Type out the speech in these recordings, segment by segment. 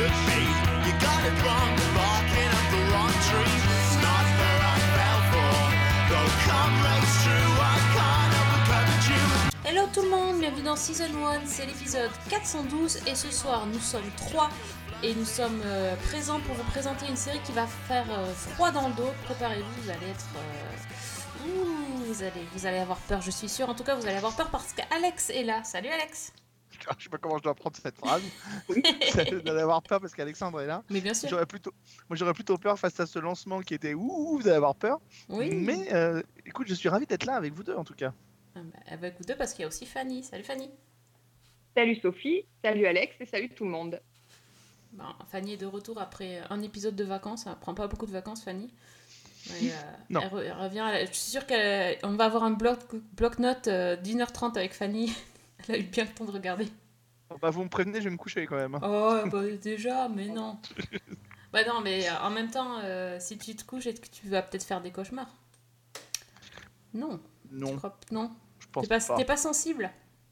could be. You got it wrong, barking up the wrong tree. It's not where I fell for. Though come race true, I can't help but covet you. Hello tout le monde, bienvenue dans Season 1, c'est l'épisode 412 et ce soir nous sommes 3 et nous sommes présents pour vous présenter une série qui va faire froid dans le dos. Préparez-vous, vous allez être... vous allez avoir peur, je suis sûre. En tout cas, vous allez avoir peur parce qu'Alex est là. Salut Alex. Je sais pas comment je dois prendre cette phrase. Oui. Vous allez avoir peur parce qu'Alexandre est là. Mais bien sûr. J'aurais plutôt peur face à ce lancement qui était ouh, vous allez avoir peur. Oui. Mais écoute, je suis ravi d'être là avec vous deux en tout cas. Avec vous deux parce qu'il y a aussi Fanny. Salut Fanny. Salut Sophie, salut Alex et salut tout le monde. Bon, Fanny est de retour après un épisode de vacances. Elle prend pas beaucoup de vacances, Fanny. Mais, non. Elle revient. Je suis sûre qu'on va avoir un bloc-notes d'1h30 avec Fanny. Elle a eu bien le temps de regarder. Bah, vous me prévenez, je vais me coucher quand même. Oh, bah déjà, mais non. Bah non, mais en même temps, si tu te couches, tu vas peut-être faire des cauchemars. Non. Non. Non. Je pense pas. T'es pas sensible.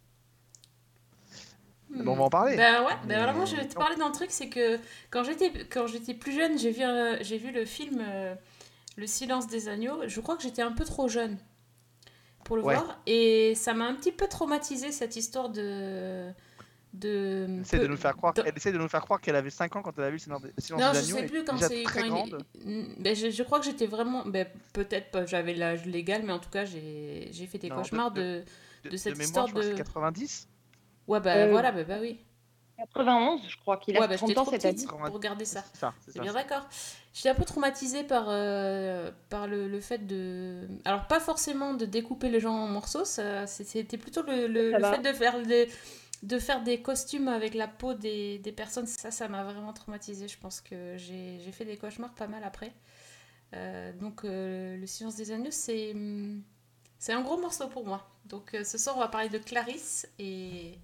Bon, on va en parler. Ben ouais, ben alors moi je vais te parler d'un truc, c'est que quand j'étais plus jeune, j'ai vu le film Le Silence des Agneaux. Je crois que j'étais un peu trop jeune pour le voir, et ça m'a un petit peu traumatisé cette histoire de... Elle essaie de nous faire croire qu'elle avait 5 ans quand elle a vu Le Silence des Agneaux. Non, je sais plus quand c'est très grande. Ben, je crois que j'étais vraiment... Ben, peut-être pas, j'avais l'âge légal, mais en tout cas j'ai fait des cauchemars de cette histoire de... 90. Ouais, bah voilà, bah oui. 91, je crois qu'il a 30 ans cette année. Pour regarder ça. C'est bien d'accord. J'étais un peu traumatisée par le fait de... Alors, pas forcément de découper les gens en morceaux, c'était plutôt le fait de faire des costumes avec la peau des personnes. Ça m'a vraiment traumatisée. Je pense que j'ai fait des cauchemars pas mal après. Donc, Le Silence des Agneaux, c'est un gros morceau pour moi. Donc, ce soir, on va parler de Clarisse et...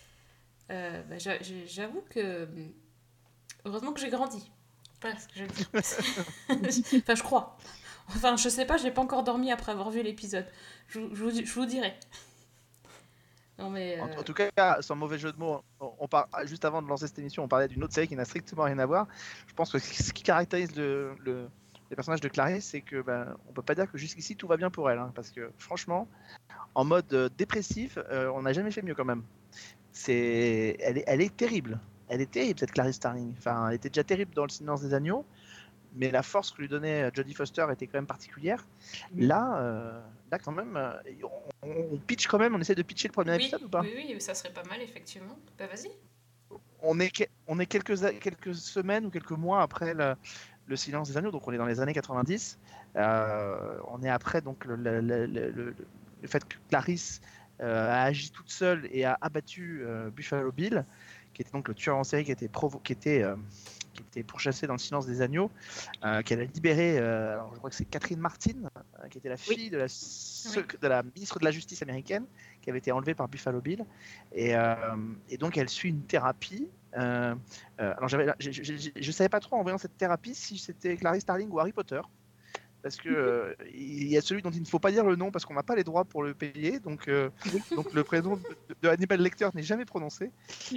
j'avoue que heureusement que j'ai grandi. Voilà ce que je veux dire. Enfin, je crois. Enfin, je sais pas, j'ai pas encore dormi après avoir vu l'épisode. Je vous dirai. Non, mais en tout cas, sans mauvais jeu de mots, juste avant de lancer cette émission, on parlait d'une autre série qui n'a strictement rien à voir. Je pense que ce qui caractérise les personnages de Clarisse, c'est que on peut pas dire que jusqu'ici tout va bien pour elle, hein, parce que franchement, en mode dépressif, on n'a jamais fait mieux quand même. Elle est terrible. Elle est terrible, cette Clarisse Starling. Enfin, elle était déjà terrible dans Le Silence des Agneaux, mais la force que lui donnait Jodie Foster était quand même particulière. Là, quand même, on pitch quand même, on essaie de pitcher le premier épisode ou pas ? Oui, ça serait pas mal, effectivement. Bah, vas-y. On est quelques semaines ou quelques mois après le Silence des Agneaux, donc on est dans les années 90. On est après donc le fait que Clarisse a agi toute seule et a abattu Buffalo Bill, qui était donc le tueur en série qui était pourchassé dans Le Silence des Agneaux, qu'elle a libéré. Alors je crois que c'est Catherine Martin, qui était la fille de la ministre de la Justice américaine, qui avait été enlevée par Buffalo Bill, et donc elle suit une thérapie. Alors je savais pas trop en voyant cette thérapie si c'était Clarisse Starling ou Harry Potter. Parce que il y a celui dont il ne faut pas dire le nom parce qu'on n'a pas les droits pour le payer, donc le prénom de Hannibal Lecter n'est jamais prononcé.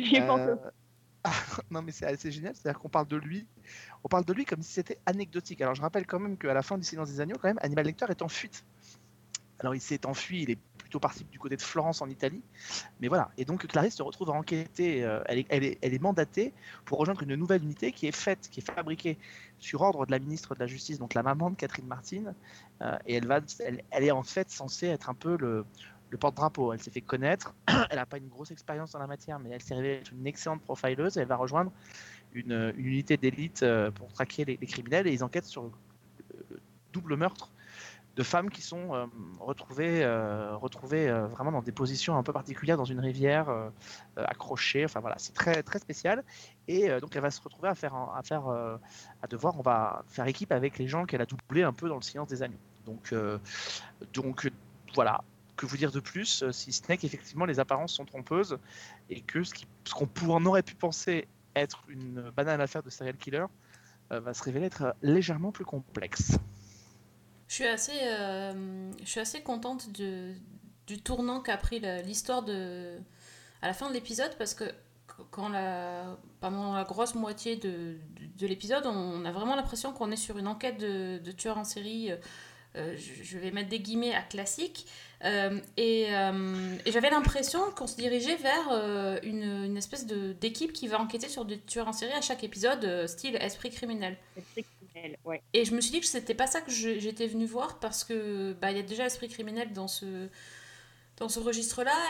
Non, mais c'est assez génial, c'est-à-dire qu'on parle de lui comme si c'était anecdotique. Alors je rappelle quand même qu'à la fin du Silence des Agneaux, quand même, Hannibal Lecter est en fuite. Alors il s'est enfui, il est plutôt parti du côté de Florence en Italie, mais voilà. Et donc Clarisse se retrouve à enquêter, elle est mandatée pour rejoindre une nouvelle unité qui est fabriquée sur ordre de la ministre de la Justice, donc la maman de Catherine Martin, et elle est en fait censée être un peu le porte-drapeau. Elle s'est fait connaître, elle n'a pas une grosse expérience dans la matière, mais elle s'est révélée être une excellente profileuse, et elle va rejoindre une unité d'élite pour traquer les criminels, et ils enquêtent sur le double meurtre de femmes qui sont retrouvées vraiment dans des positions un peu particulières dans une rivière, accrochées. Enfin voilà, c'est très très spécial. Et donc elle va se retrouver on va faire équipe avec les gens qu'elle a doublés un peu dans Le Silence des Agneaux. Donc voilà. Que vous dire de plus, si ce n'est qu'effectivement les apparences sont trompeuses et que ce qu'on aurait pu penser être une banale affaire de serial killer va se révéler être légèrement plus complexe. Je suis assez contente du tournant qu'a pris l'histoire à la fin de l'épisode, parce que pendant la grosse moitié de l'épisode, on a vraiment l'impression qu'on est sur une enquête de tueur en série. Je vais mettre des guillemets à classique. Et j'avais l'impression qu'on se dirigeait vers une espèce d'équipe qui va enquêter sur des tueurs en série à chaque épisode, style Esprit criminel. Esprit criminel, ouais. Et je me suis dit que c'était pas ça que j'étais venue voir parce que il y a déjà Esprit criminel dans ce registre-là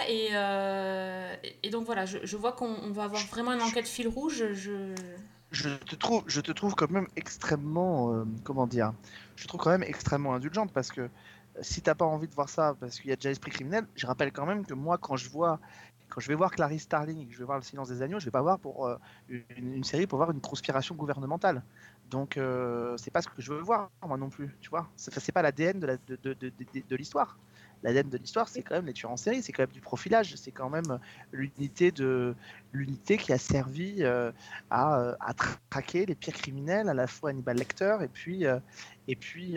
et donc voilà, je vois qu'on va avoir vraiment une enquête fil rouge. Je te trouve quand même extrêmement, comment dire, je te trouve quand même extrêmement indulgente parce que si t'as pas envie de voir ça parce qu'il y a déjà Esprit criminel, je rappelle quand même que moi quand je vais voir Clarice Starling et que je vais voir Le Silence des Agneaux, je vais pas voir pour une série pour voir une conspiration gouvernementale. Donc c'est pas ce que je veux voir moi non plus, tu vois. C'est pas l'ADN de l'histoire. L'ADN de l'histoire, c'est quand même les tueurs en série, c'est quand même du profilage, c'est quand même l'unité qui a servi à traquer les pires criminels, à la fois Hannibal Lecter et puis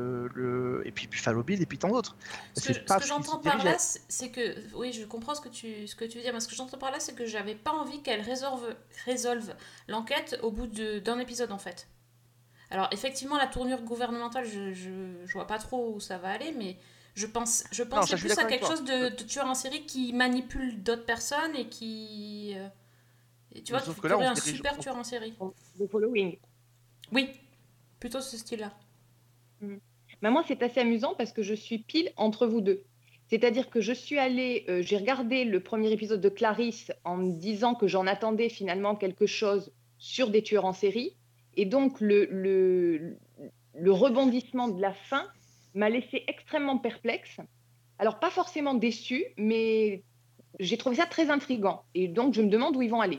Buffalo Bill et puis tant d'autres. Ce que j'entends par là, c'est que oui, je comprends ce que tu veux dire, mais ce que j'entends par là, c'est que j'avais pas envie qu'elle résolve l'enquête au bout d'un épisode en fait. Alors effectivement, la tournure gouvernementale, je vois pas trop où ça va aller, mais je pense plus à quelque chose de tueur en série qui manipule d'autres personnes et qui tu vois, qui aurait un super tueur en série. The Following. Oui, plutôt ce style-là. Mais moi, c'est assez amusant parce que je suis pile entre vous deux. C'est-à-dire que j'ai regardé le premier épisode de Clarisse en me disant que j'en attendais finalement quelque chose sur des tueurs en série. Et donc, le rebondissement de la fin m'a laissé extrêmement perplexe. Alors, pas forcément déçue, mais j'ai trouvé ça très intriguant. Et donc, je me demande où ils vont aller.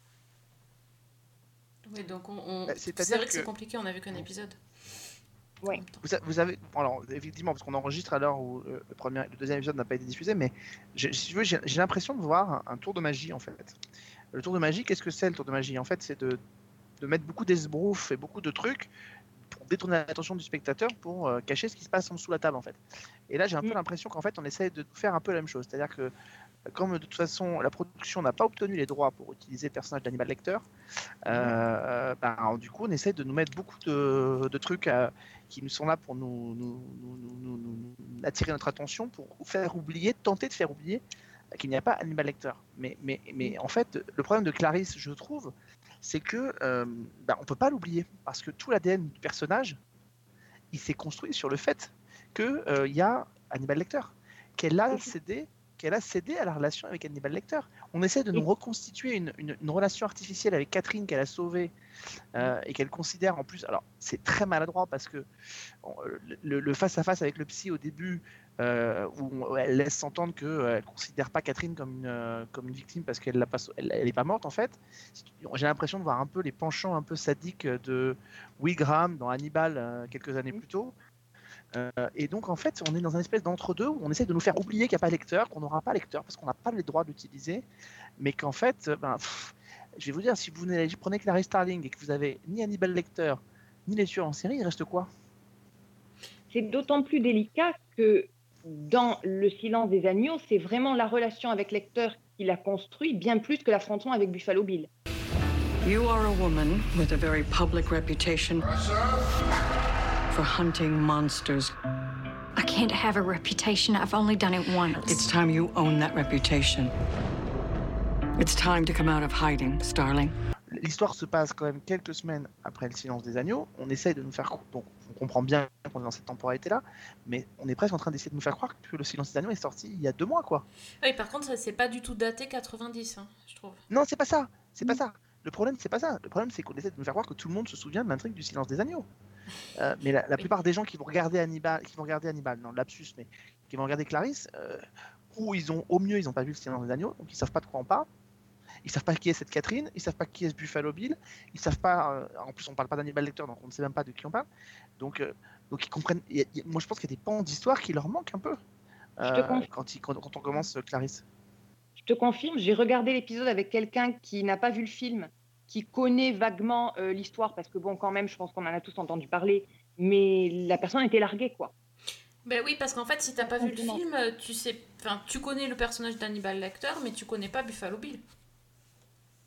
Oui, donc c'est vrai que c'est compliqué, on n'a vu qu'un épisode. Ouais. Vous avez, alors effectivement, parce qu'on enregistre à l'heure où le deuxième épisode n'a pas été diffusé, mais j'ai l'impression de voir un tour de magie en fait. Le tour de magie, qu'est-ce que c'est le tour de magie? En fait, c'est de mettre beaucoup d'esbroufs et beaucoup de trucs pour détourner l'attention du spectateur pour cacher ce qui se passe en dessous de la table en fait. Et là, j'ai un peu l'impression qu'en fait, on essaie de faire un peu la même chose, c'est-à-dire que comme de toute façon la production n'a pas obtenu les droits pour utiliser le personnage d'Hannibal Lecter, du coup on essaie de nous mettre beaucoup de trucs qui nous sont là pour nous attirer notre attention, pour tenter de faire oublier qu'il n'y a pas Hannibal Lecter. Mais en fait, le problème de Clarisse, je trouve, c'est que on peut pas l'oublier parce que tout l'ADN du personnage, il s'est construit sur le fait qu'il y a Hannibal Lecter, qu'elle a cédé à la relation avec Hannibal Lecter. On essaie de nous reconstituer une relation artificielle avec Catherine qu'elle a sauvée et qu'elle considère en plus. Alors, c'est très maladroit parce que le face-à-face avec le psy au début, où elle laisse s'entendre qu'elle ne considère pas Catherine comme une victime parce qu'elle n'est pas morte en fait. J'ai l'impression de voir un peu les penchants un peu sadiques de Will Graham dans Hannibal quelques années plus tôt. Et donc en fait on est dans un espèce d'entre-deux où on essaie de nous faire oublier qu'il n'y a pas lecteur, qu'on n'aura pas lecteur parce qu'on n'a pas les droits d'utiliser, mais qu'en fait je vais vous dire, si vous prenez Clarice Starling et que vous avez ni Hannibal Lecter ni les tueurs en série, il reste quoi? C'est d'autant plus délicat que dans Le Silence des Agneaux, c'est vraiment la relation avec Lecter qui l'a construit bien plus que l'affrontement avec Buffalo Bill. You are a woman with a very public reputation for hunting monsters. I can't have a reputation. I've only done it once. It's time you own that reputation. It's time to come out of hiding, Starling. L'histoire se passe quand même quelques semaines après Le Silence des Agneaux. On essaye de nous faire... Donc, on comprend bien qu'on est dans cette temporalité-là, mais on est presque en train d'essayer de nous faire croire que Le Silence des Agneaux est sorti il y a 2 mois, quoi. Oui, par contre, c'est pas du tout daté 90, je trouve. Non, c'est pas ça. C'est pas ça. Le problème, c'est pas ça. Le problème, c'est qu'on essaie de nous faire croire que tout le monde se souvient de l'intrigue du Silence des Agneaux. Mais la plupart des gens qui vont regarder Hannibal, non, lapsus, mais qui vont regarder Clarisse, ou au mieux, ils n'ont pas vu Le Silence des Agneaux, donc ils savent pas de quoi on parle. Ils savent pas qui est cette Catherine, ils savent pas qui est ce Buffalo Bill, ils savent pas. En plus, on parle pas d'Hannibal Lecter, donc on ne sait même pas de qui on parle. Donc ils comprennent. Moi, je pense qu'il y a des pans d'histoire qui leur manquent un peu quand on commence Clarisse. Je te confirme, j'ai regardé l'épisode avec quelqu'un qui n'a pas vu le film, qui connaît vaguement l'histoire, parce que bon, quand même, je pense qu'on en a tous entendu parler, mais la personne était larguée, quoi. Ben oui, parce qu'en fait, si t'as pas vu le film, tu connais le personnage d'Hannibal Lecter, mais tu connais pas Buffalo Bill.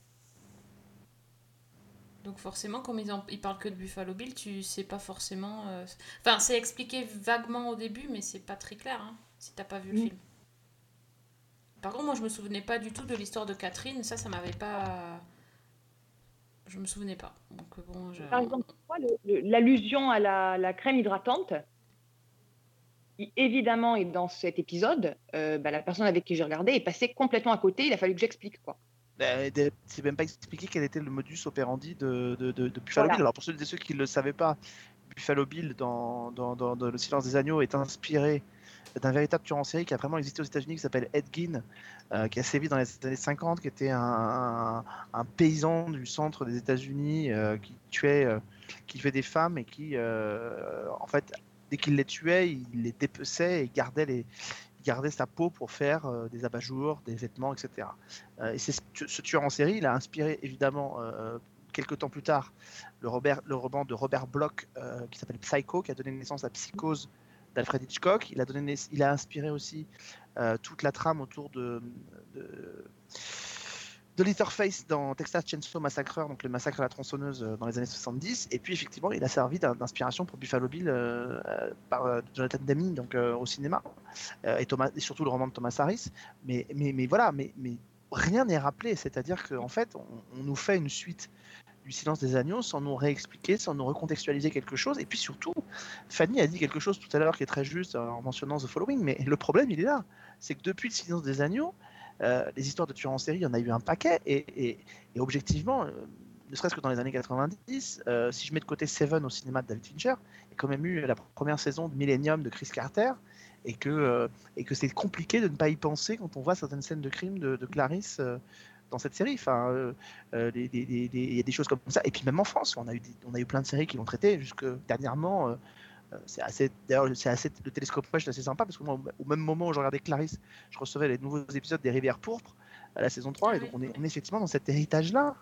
Donc forcément, comme ils parlent que de Buffalo Bill, tu sais pas forcément... Enfin, c'est expliqué vaguement au début, mais c'est pas très clair, hein, si t'as pas vu le film. Par contre, moi, je me souvenais pas du tout de l'histoire de Catherine. Ça m'avait pas... Je me souvenais pas. Donc bon, Par exemple, l'allusion à la crème hydratante, qui évidemment est dans cet épisode, la personne avec qui j'ai regardé est passée complètement à côté. Il a fallu que j'explique, quoi. C'est même pas expliqué quel était le modus operandi de Buffalo Bill. Alors pour ceux qui ne le savaient pas, Buffalo Bill dans Le Silence des Agneaux est inspiré d'un véritable tueur en série qui a vraiment existé aux États-Unis, qui s'appelle Ed Gein, qui a sévi dans les années 50, qui était un paysan du centre des États-Unis qui tuait des femmes et qui, en fait, dès qu'il les tuait, il les dépeçait et gardait sa peau pour faire des abat-jours, des vêtements, etc. Et c'est ce tueur en série, il a inspiré évidemment quelques temps plus tard le roman de Robert Bloch qui s'appelle Psycho, qui a donné naissance à Psychose d'Alfred Hitchcock. Il a inspiré aussi toute la trame autour de Leatherface dans Texas Chainsaw Massacre, donc le massacre à la tronçonneuse dans les années 70. Et puis effectivement, il a servi d'inspiration pour Buffalo Bill par Jonathan Demme, donc au cinéma, et surtout le roman de Thomas Harris. Mais voilà, mais rien n'est rappelé. C'est-à-dire qu'en fait, on nous fait une suite du Silence des Agneaux sans nous réexpliquer, sans nous recontextualiser quelque chose. Et puis surtout, Fanny a dit quelque chose tout à l'heure qui est très juste en mentionnant The Following, mais le problème, il est là. C'est que depuis le Silence des Agneaux, les histoires de tueurs en série, il y en a eu un paquet, et objectivement, ne serait-ce que dans les années 90, si je mets de côté Seven au cinéma de David Fincher, il y a quand même eu la première saison de Millennium de Chris Carter, et que c'est compliqué de ne pas y penser quand on voit certaines scènes de crime de Clarisse dans cette série. Enfin, il y a des choses comme ça, et puis même en France, on a eu plein de séries qui l'ont traité, jusque dernièrement. D'ailleurs, le télescope c'est assez sympa parce que moi, au même moment où je regardais Clarisse, je recevais les nouveaux épisodes des Rivières Pourpres à la saison 3, et donc on est effectivement dans cet héritage-là.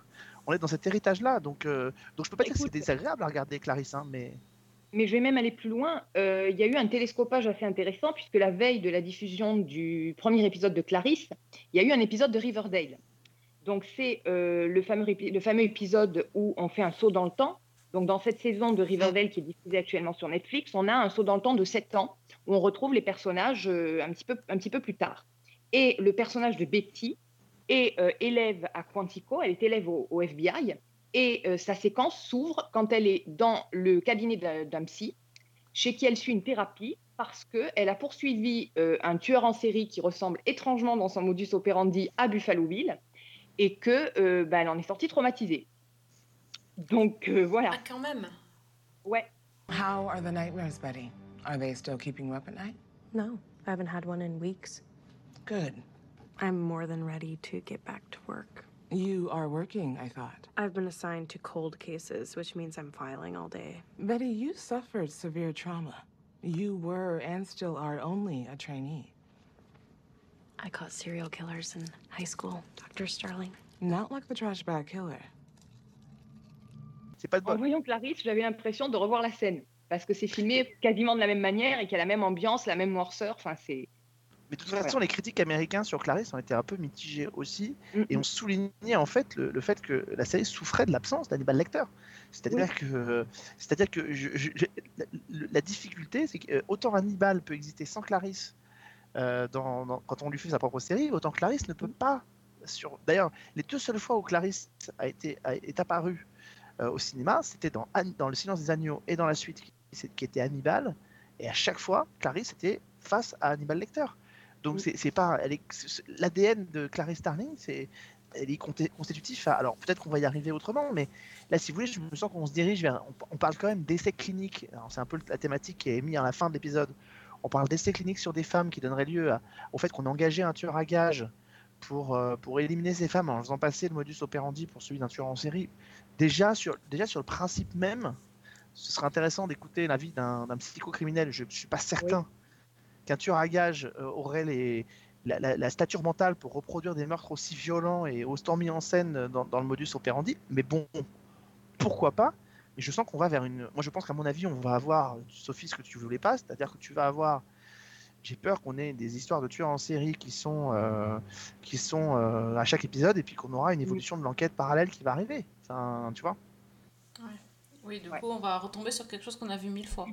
Donc je peux pas dire que c'est désagréable à regarder Clarisse, hein, mais je vais même aller plus loin. Il y a eu un télescopage assez intéressant puisque la veille de la diffusion du premier épisode de Clarisse, il y a eu un épisode de Riverdale. Donc c'est le fameux épisode où on fait un saut dans le temps. Donc, dans cette saison de Riverdale qui est diffusée actuellement sur Netflix, on a un saut dans le temps de 7 ans où on retrouve les personnages un petit peu plus tard. Et le personnage de Betty est élève à Quantico, elle est élève au FBI, et sa séquence s'ouvre quand elle est dans le cabinet d'un psy, chez qui elle suit une thérapie parce qu'elle a poursuivi un tueur en série qui ressemble étrangement dans son modus operandi à Buffalo Bill, et qu'elle en est sortie traumatisée. Donc voilà. Ah, quand même. Ouais. How are the nightmares, Betty? Are they still keeping you up at night? No, I haven't had one in weeks. Good. I'm more than ready to get back to work. You are working, I thought. I've been assigned to cold cases, which means I'm filing all day. Betty, you suffered severe trauma. You were and still are only a trainee. I caught serial killers in high school, Dr. Starling. Not like the trash bag killer. c'est pas de En bol. voyant Clarisse, j'avais l'impression de revoir la scène parce que c'est filmé quasiment de la même manière et qu'il y a la même ambiance, la même noirceur. Enfin, c'est. Mais de toute façon, les critiques américains sur Clarisse ont été un peu mitigés aussi, et ont souligné en fait le fait que la série souffrait de l'absence d'Hannibal Lecter. C'est-à-dire que la difficulté, c'est que autant Hannibal peut exister sans Clarisse quand on lui fait sa propre série, autant Clarisse ne peut pas. D'ailleurs, les deux seules fois où Clarisse est apparue au cinéma, c'était dans Le Silence des Agneaux et dans la suite qui était Hannibal, et à chaque fois, Clarisse était face à Hannibal Lecter. Donc c'est pas, l'ADN de Clarisse Starling, elle est constitutif. Alors peut-être qu'on va y arriver autrement, mais là, si vous voulez, je me sens qu'on se dirige vers. On parle quand même d'essais cliniques. Alors c'est un peu la thématique qui est mise à la fin de l'épisode. On parle d'essais cliniques sur des femmes qui donneraient lieu au fait qu'on engageait un tueur à gages pour éliminer ces femmes en faisant passer le modus operandi pour celui d'un tueur en série. Déjà sur le principe même, ce serait intéressant d'écouter l'avis d'un psychocriminel. Je ne suis pas certain qu'un tueur à gages aurait la stature mentale pour reproduire des meurtres aussi violents et autant mis en scène dans le modus operandi. Mais bon, pourquoi pas? Mais je sens qu'on va vers une. Moi, je pense qu'à mon avis, on va avoir, Sophie, ce que tu voulais pas, c'est-à-dire que tu vas avoir. J'ai peur qu'on ait des histoires de tueurs en série qui sont à chaque épisode, et puis qu'on aura une évolution de l'enquête parallèle qui va arriver. Enfin, tu vois. Oui, du coup, on va retomber sur quelque chose qu'on a vu 1000 fois.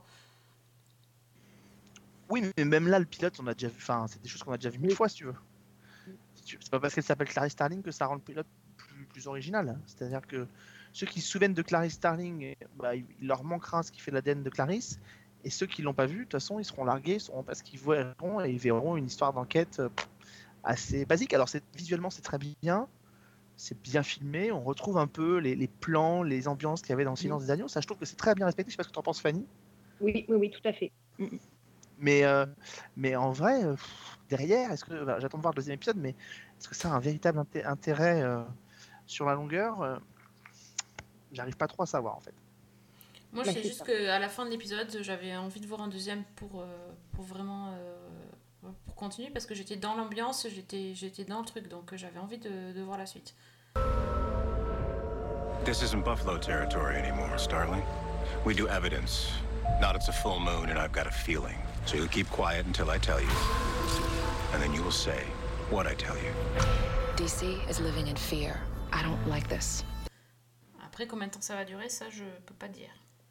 Oui, mais même là, le pilote, on a déjà vu. Enfin, c'est des choses qu'on a déjà vu 1000 fois, si tu veux. C'est pas parce qu'elle s'appelle Clarice Starling que ça rend le pilote plus original. C'est-à-dire que ceux qui se souviennent de Clarice Starling, il leur manquera ce qui fait l'ADN de Clarice. Et ceux qui l'ont pas vu, de toute façon, ils seront largués, parce qu'ils verront et ils verront une histoire d'enquête assez basique. Alors, visuellement, c'est très bien. C'est bien filmé. On retrouve un peu les plans, les ambiances qu'il y avait dans Le Silence des Agneaux. Ça, je trouve que c'est très bien respecté. Je sais pas ce que tu en penses, Fanny. Oui, tout à fait. Mais en vrai, derrière, j'attends de voir le deuxième épisode, mais est-ce que ça a un véritable intérêt sur la longueur? J'arrive pas trop à savoir en fait. Moi, je sais juste qu'à la fin de l'épisode, j'avais envie de voir un deuxième pour vraiment pour continuer parce que j'étais dans l'ambiance, j'étais dans le truc, donc j'avais envie de voir la suite. This isn't Buffalo territory anymore, Starling. We do evidence. Now it's a full moon and I've got a feeling. So you'll keep quiet until I tell you. And then you will say what I tell you. DC is living in fear. I don't like this. Après, combien de temps ça va durer, ça, je peux pas dire.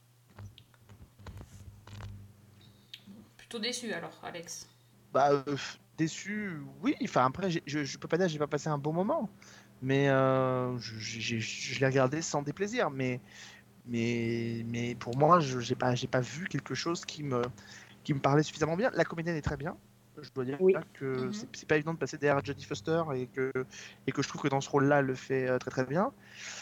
Plutôt déçu alors, Alex. Déçu, oui. Enfin, après, je peux pas dire que j'ai pas passé un bon moment. Mais je l'ai regardé sans déplaisir. Mais pour moi, j'ai pas vu quelque chose qui me parlait suffisamment bien. La comédienne est très bien. Je dois dire que c'est pas évident de passer derrière Jodie Foster et que je trouve que dans ce rôle-là, elle le fait très très bien.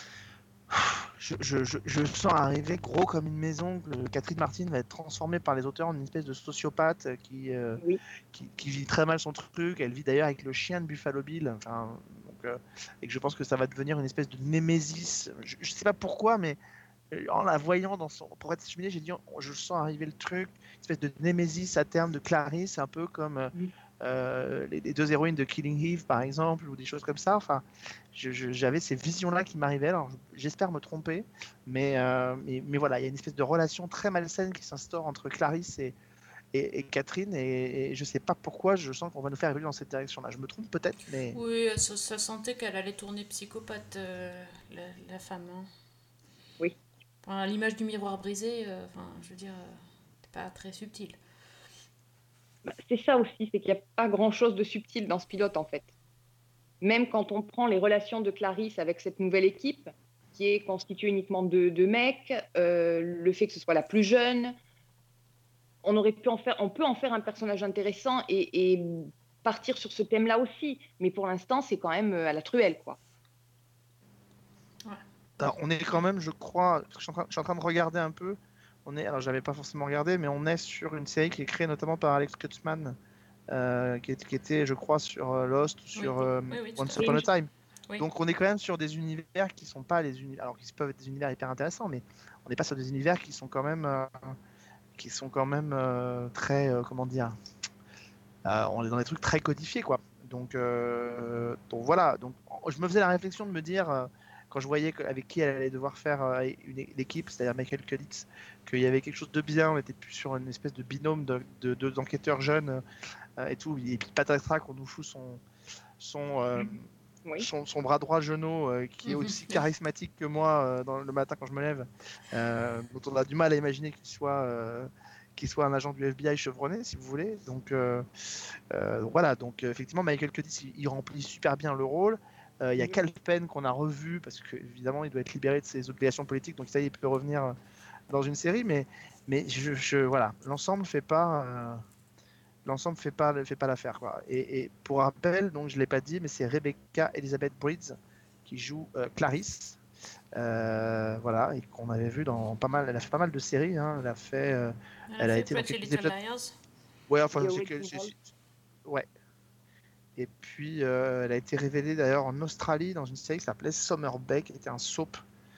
Je sens arriver gros comme une maison que Catherine Martin va être transformée par les auteurs en une espèce de sociopathe qui vit très mal son truc. Elle vit d'ailleurs avec le chien de Buffalo Bill. Et que je pense que ça va devenir une espèce de némésis. Je sais pas pourquoi, mais en la voyant pour être cheminée, j'ai dit je sens arriver le truc, une espèce de némésis à terme de Clarice, un peu comme les deux héroïnes de Killing Eve par exemple, ou des choses comme ça. Enfin, j'avais ces visions-là qui m'arrivaient. Alors j'espère me tromper, mais voilà, il y a une espèce de relation très malsaine qui s'instaure entre Clarice et Catherine, et je sais pas pourquoi je sens qu'on va nous faire évoluer dans cette direction-là. Je me trompe peut-être, mais... Oui, ça sentait qu'elle allait tourner psychopathe, la femme. Hein. Oui. Enfin, l'image du miroir brisé, je veux dire, c'est pas très subtil. C'est ça aussi, c'est qu'il n'y a pas grand-chose de subtil dans ce pilote, en fait. Même quand on prend les relations de Clarice avec cette nouvelle équipe, qui est constituée uniquement de mecs, le fait que ce soit la plus jeune... on peut en faire un personnage intéressant et partir sur ce thème-là aussi. Mais pour l'instant, c'est quand même à la truelle, quoi. Ouais. Alors, on est quand même, je crois, je suis en train de regarder un peu. Alors, j'avais pas forcément regardé, mais on est sur une série qui est créée notamment par Alex Kurtzman, qui était, je crois, sur Lost ou sur Once Upon a Time. Oui. Donc, on est quand même sur des univers qui sont pas les univers, alors qui peuvent être des univers hyper intéressants, mais on n'est pas sur des univers qui sont quand même très, comment dire, on est dans des trucs très codifiés, quoi. Donc voilà, donc je me faisais la réflexion de me dire, quand je voyais avec qui elle allait devoir faire l'équipe, c'est-à-dire Michael Cudlitz, qu'il y avait quelque chose de bien, on était plus sur une espèce de binôme d'enquêteurs jeunes et tout, et puis Patrick Track, on nous fout son bras droit Genot, qui est aussi charismatique que moi le matin quand je me lève, dont on a du mal à imaginer qu'il soit un agent du FBI chevronné, si vous voulez. Donc voilà, donc effectivement Michael Cudlitz il remplit super bien le rôle. Il y a Cal Penn qu'on a revu parce que évidemment il doit être libéré de ses obligations politiques, donc ça il peut revenir dans une série, mais voilà, l'ensemble fait pas l'affaire, quoi. Et pour rappel, donc je l'ai pas dit, mais c'est Rebecca Elizabeth Breeds qui joue Clarice. Voilà, et qu'on avait vu dans pas mal, elle a fait pas mal de séries, hein. Elle a été dans quelques épisodes. Ouais, enfin, ouais. Et puis elle a été révélée d'ailleurs en Australie dans une série qui s'appelait Summer Bay, qui était un soap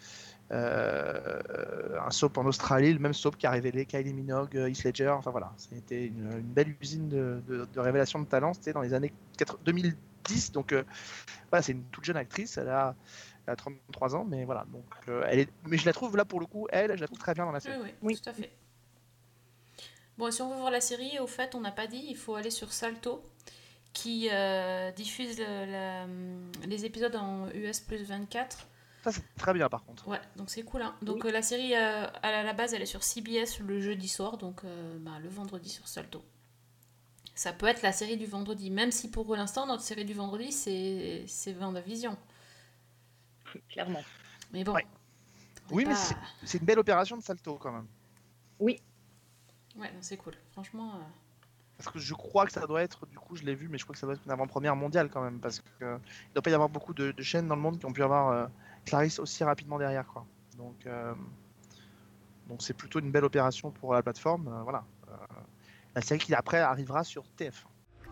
en Australie, le même soap qui a révélé Kylie Minogue, Heath Ledger. Enfin voilà, c'était une belle usine de révélation de talent. C'était dans les années 2010, donc voilà, c'est une toute jeune actrice. Elle a 33 ans, mais voilà. Donc mais je la trouve là pour le coup, je la trouve très bien dans la série. Oui, tout à fait. Bon, si on veut voir la série, au fait, on n'a pas dit, il faut aller sur Salto, qui diffuse les épisodes en US plus 24. Ça, c'est très bien, par contre. Ouais, donc c'est cool. Hein. Donc la série, à la base, elle est sur CBS le jeudi soir, donc le vendredi sur Salto. Ça peut être la série du vendredi, même si pour l'instant, notre série du vendredi, c'est WandaVision. Clairement. Mais bon. Ouais. Oui, mais c'est une belle opération de Salto, quand même. Oui. Ouais, c'est cool. Franchement... Parce que je crois que ça doit être, du coup je l'ai vu, mais je crois que ça doit être une avant-première mondiale quand même, parce qu'il ne doit pas y avoir beaucoup de chaînes dans le monde qui ont pu avoir Clarisse aussi rapidement derrière, quoi. Donc c'est plutôt une belle opération pour la plateforme, voilà. La série qui après arrivera sur TF1.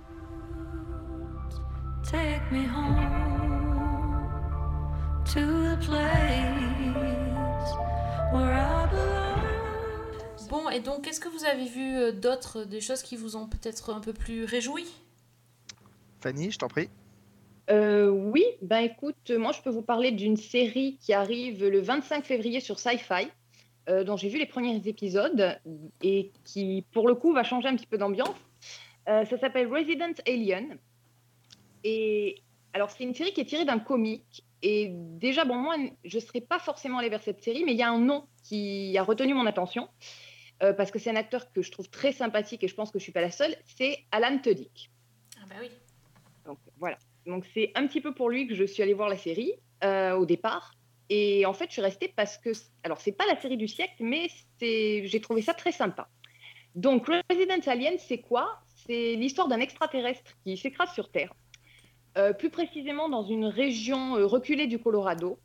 Take me home to the place where I belong. Bon, et donc, est-ce que vous avez vu des choses qui vous ont peut-être un peu plus réjoui? Fanny, je t'en prie. Oui, écoute, moi je peux vous parler d'une série qui arrive le 25 février sur Sci-Fi, dont j'ai vu les premiers épisodes et qui, pour le coup, va changer un petit peu d'ambiance. Ça s'appelle Resident Alien. Et alors, c'est une série qui est tirée d'un comic. Et déjà, bon, moi, je ne serais pas forcément allée vers cette série, mais il y a un nom qui a retenu mon attention. Parce que c'est un acteur que je trouve très sympathique et je pense que je ne suis pas la seule, c'est Alan Tudyk. Ah bah oui. Donc voilà. Donc c'est un petit peu pour lui que je suis allée voir la série au départ. Et en fait, je suis restée parce que... Alors, c'est pas la série du siècle, mais j'ai trouvé ça très sympa. Donc, Resident Alien, c'est quoi? C'est l'histoire d'un extraterrestre qui s'écrase sur Terre. Plus précisément dans une région reculée du Colorado.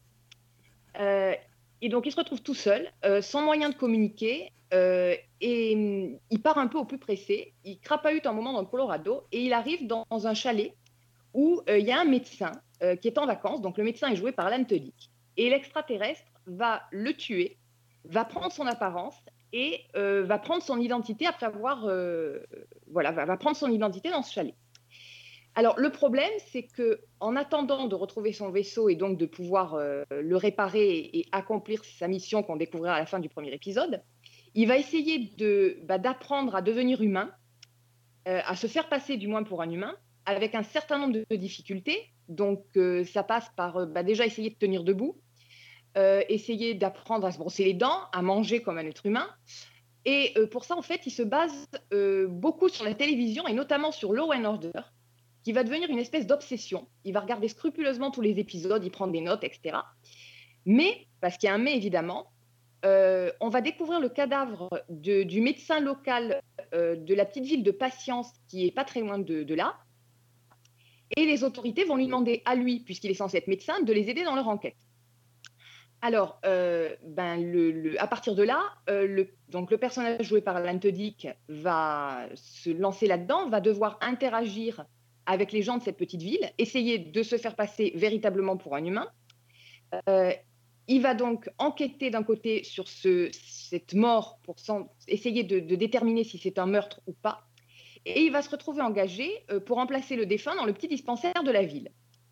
Et donc, il se retrouve tout seul, sans moyen de communiquer, et il part un peu au plus pressé. Il crapahute un moment dans le Colorado et il arrive dans un chalet où il y a un médecin qui est en vacances. Donc, le médecin est joué par Alan Tudyk. Et l'extraterrestre va le tuer, va prendre son apparence et va prendre son identité après avoir... va prendre son identité dans ce chalet. Alors, le problème, c'est qu'en attendant de retrouver son vaisseau et donc de pouvoir le réparer et accomplir sa mission qu'on découvrira à la fin du premier épisode, il va essayer d'apprendre à devenir humain, à se faire passer du moins pour un humain, avec un certain nombre de difficultés. Donc, ça passe par déjà essayer de tenir debout, essayer d'apprendre à se brosser les dents, à manger comme un être humain. Et pour ça, en fait, il se base beaucoup sur la télévision et notamment sur Law & Order, qui va devenir une espèce d'obsession. Il va regarder scrupuleusement tous les épisodes, il prend des notes, etc. Mais, parce qu'il y a un mais évidemment, on va découvrir le cadavre du médecin local de la petite ville de Patience, qui est pas très loin de là. Et les autorités vont lui demander à lui, puisqu'il est censé être médecin, de les aider dans leur enquête. Alors, à partir de là, donc le personnage joué par Alan Tudyk va se lancer là-dedans, va devoir interagir avec les gens de cette petite ville, essayer de se faire passer véritablement pour un humain. Il va donc enquêter d'un côté sur cette mort pour essayer de déterminer si c'est un meurtre ou pas. Et il va se retrouver engagé pour remplacer le défunt dans le petit dispensaire de la ville.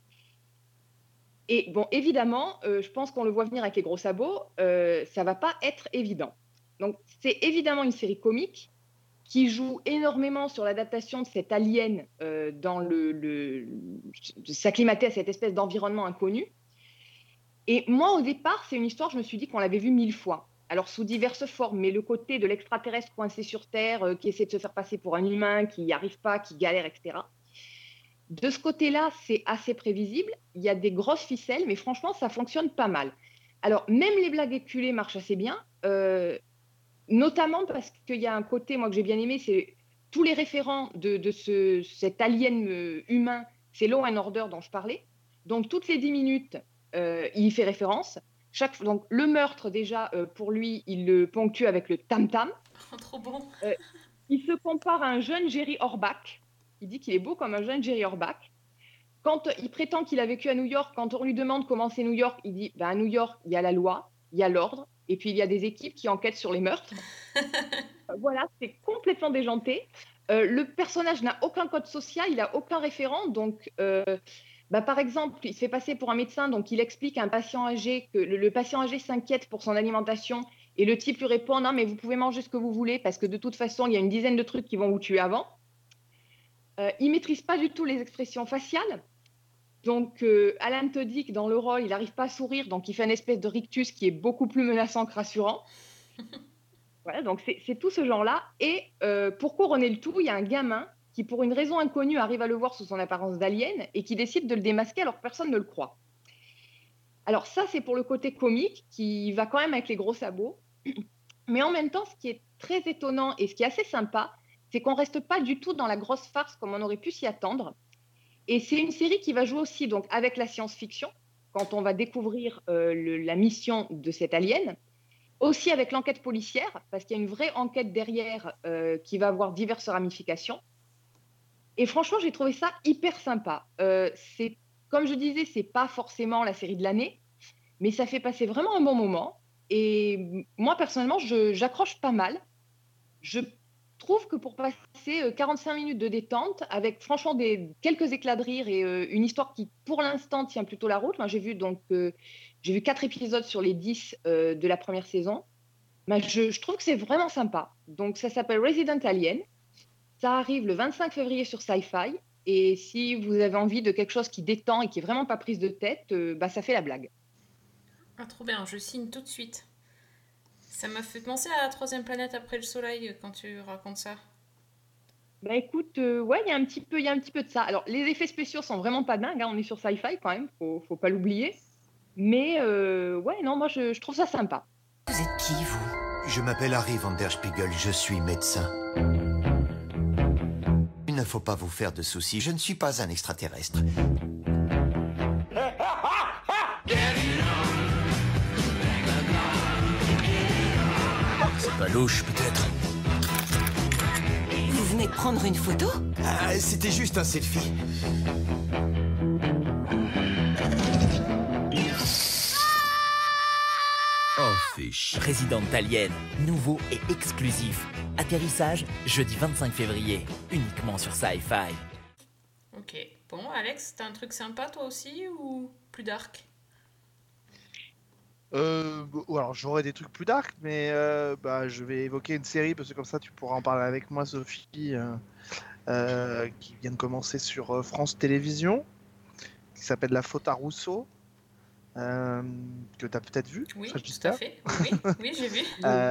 Et bon, évidemment, je pense qu'on le voit venir avec les gros sabots, ça ne va pas être évident. Donc, c'est évidemment une série comique qui joue énormément sur l'adaptation de cet alien de s'acclimater à cette espèce d'environnement inconnu. Et moi, au départ, c'est une histoire, je me suis dit qu'on l'avait vue 1000 fois. Alors, sous diverses formes, mais le côté de l'extraterrestre coincé sur Terre, qui essaie de se faire passer pour un humain, qui n'y arrive pas, qui galère, etc. De ce côté-là, c'est assez prévisible. Il y a des grosses ficelles, mais franchement, ça fonctionne pas mal. Alors, même les blagues éculées marchent assez bien, notamment parce qu'il y a un côté, moi, que j'ai bien aimé, c'est tous les référents de cet alien humain, c'est Law & Order dont je parlais. Donc, toutes les 10 minutes, il y fait référence. Donc, le meurtre, déjà, pour lui, il le ponctue avec le tam-tam. Trop bon. Il se compare à un jeune Jerry Orbach. Il dit qu'il est beau comme un jeune Jerry Orbach. Quand il prétend qu'il a vécu à New York, quand on lui demande comment c'est New York, il dit à New York, il y a la loi, il y a l'ordre, et puis il y a des équipes qui enquêtent sur les meurtres. Voilà, c'est complètement déjanté. Le personnage n'a aucun code social, il n'a aucun référent. Donc, par exemple, il se fait passer pour un médecin, donc il explique à un patient âgé que le patient âgé s'inquiète pour son alimentation, et le type lui répond « Non, mais vous pouvez manger ce que vous voulez, parce que de toute façon, il y a une dizaine de trucs qui vont vous tuer avant. » Il ne maîtrise pas du tout les expressions faciales. Donc, Alan Tudyk, dans le rôle, il n'arrive pas à sourire, donc il fait une espèce de rictus qui est beaucoup plus menaçant que rassurant. Voilà, donc c'est tout ce genre-là. Et pour couronner le tout, il y a un gamin qui, pour une raison inconnue, arrive à le voir sous son apparence d'alien et qui décide de le démasquer alors que personne ne le croit. Alors ça, c'est pour le côté comique qui va quand même avec les gros sabots. Mais en même temps, ce qui est très étonnant et ce qui est assez sympa, c'est qu'on ne reste pas du tout dans la grosse farce comme on aurait pu s'y attendre. Et c'est une série qui va jouer aussi donc, avec la science-fiction, quand on va découvrir la mission de cet alien. Aussi avec l'enquête policière, parce qu'il y a une vraie enquête derrière qui va avoir diverses ramifications. Et franchement, j'ai trouvé ça hyper sympa. Comme je disais, c'est pas forcément la série de l'année, mais ça fait passer vraiment un bon moment. Et moi, personnellement, j'accroche pas mal. Je trouve que pour passer 45 minutes de détente, avec franchement quelques éclats de rire et une histoire qui, pour l'instant, tient plutôt la route. Moi, j'ai vu 4 épisodes sur les 10 de la première saison. Mais je trouve que c'est vraiment sympa. Donc, ça s'appelle Resident Alien. Ça arrive le 25 février sur Sci-Fi. Et si vous avez envie de quelque chose qui détend et qui est vraiment pas prise de tête, ça fait la blague. Ah, trop bien, je signe tout de suite. Ça m'a fait penser à la troisième planète après le soleil quand tu racontes ça. Bah écoute, ouais, il y a un petit peu de ça. Alors, les effets spéciaux sont vraiment pas dingues, hein, on est sur Sci-Fi quand même, faut pas l'oublier. Mais ouais, non, moi je trouve ça sympa. Vous êtes qui, vous? Je m'appelle Harry van der Spiegel, je suis médecin. Il ne faut pas vous faire de soucis, je ne suis pas un extraterrestre. C'est pas louche, peut-être. Vous venez de prendre une photo? Ah, c'était juste un selfie. Oh, fiche. Resident Alien, nouveau et exclusif. Atterrissage, jeudi 25 février, uniquement sur Sci-Fi. Ok. Bon, Alex, t'as un truc sympa toi aussi ou plus dark? Alors j'aurais des trucs plus dark, mais je vais évoquer une série parce que comme ça tu pourras en parler avec moi, Sophie, qui vient de commencer sur France Télévisions, qui s'appelle La Faute à Rousseau, que tu as peut-être vu. Oui, tout à fait. Oui, j'ai vu.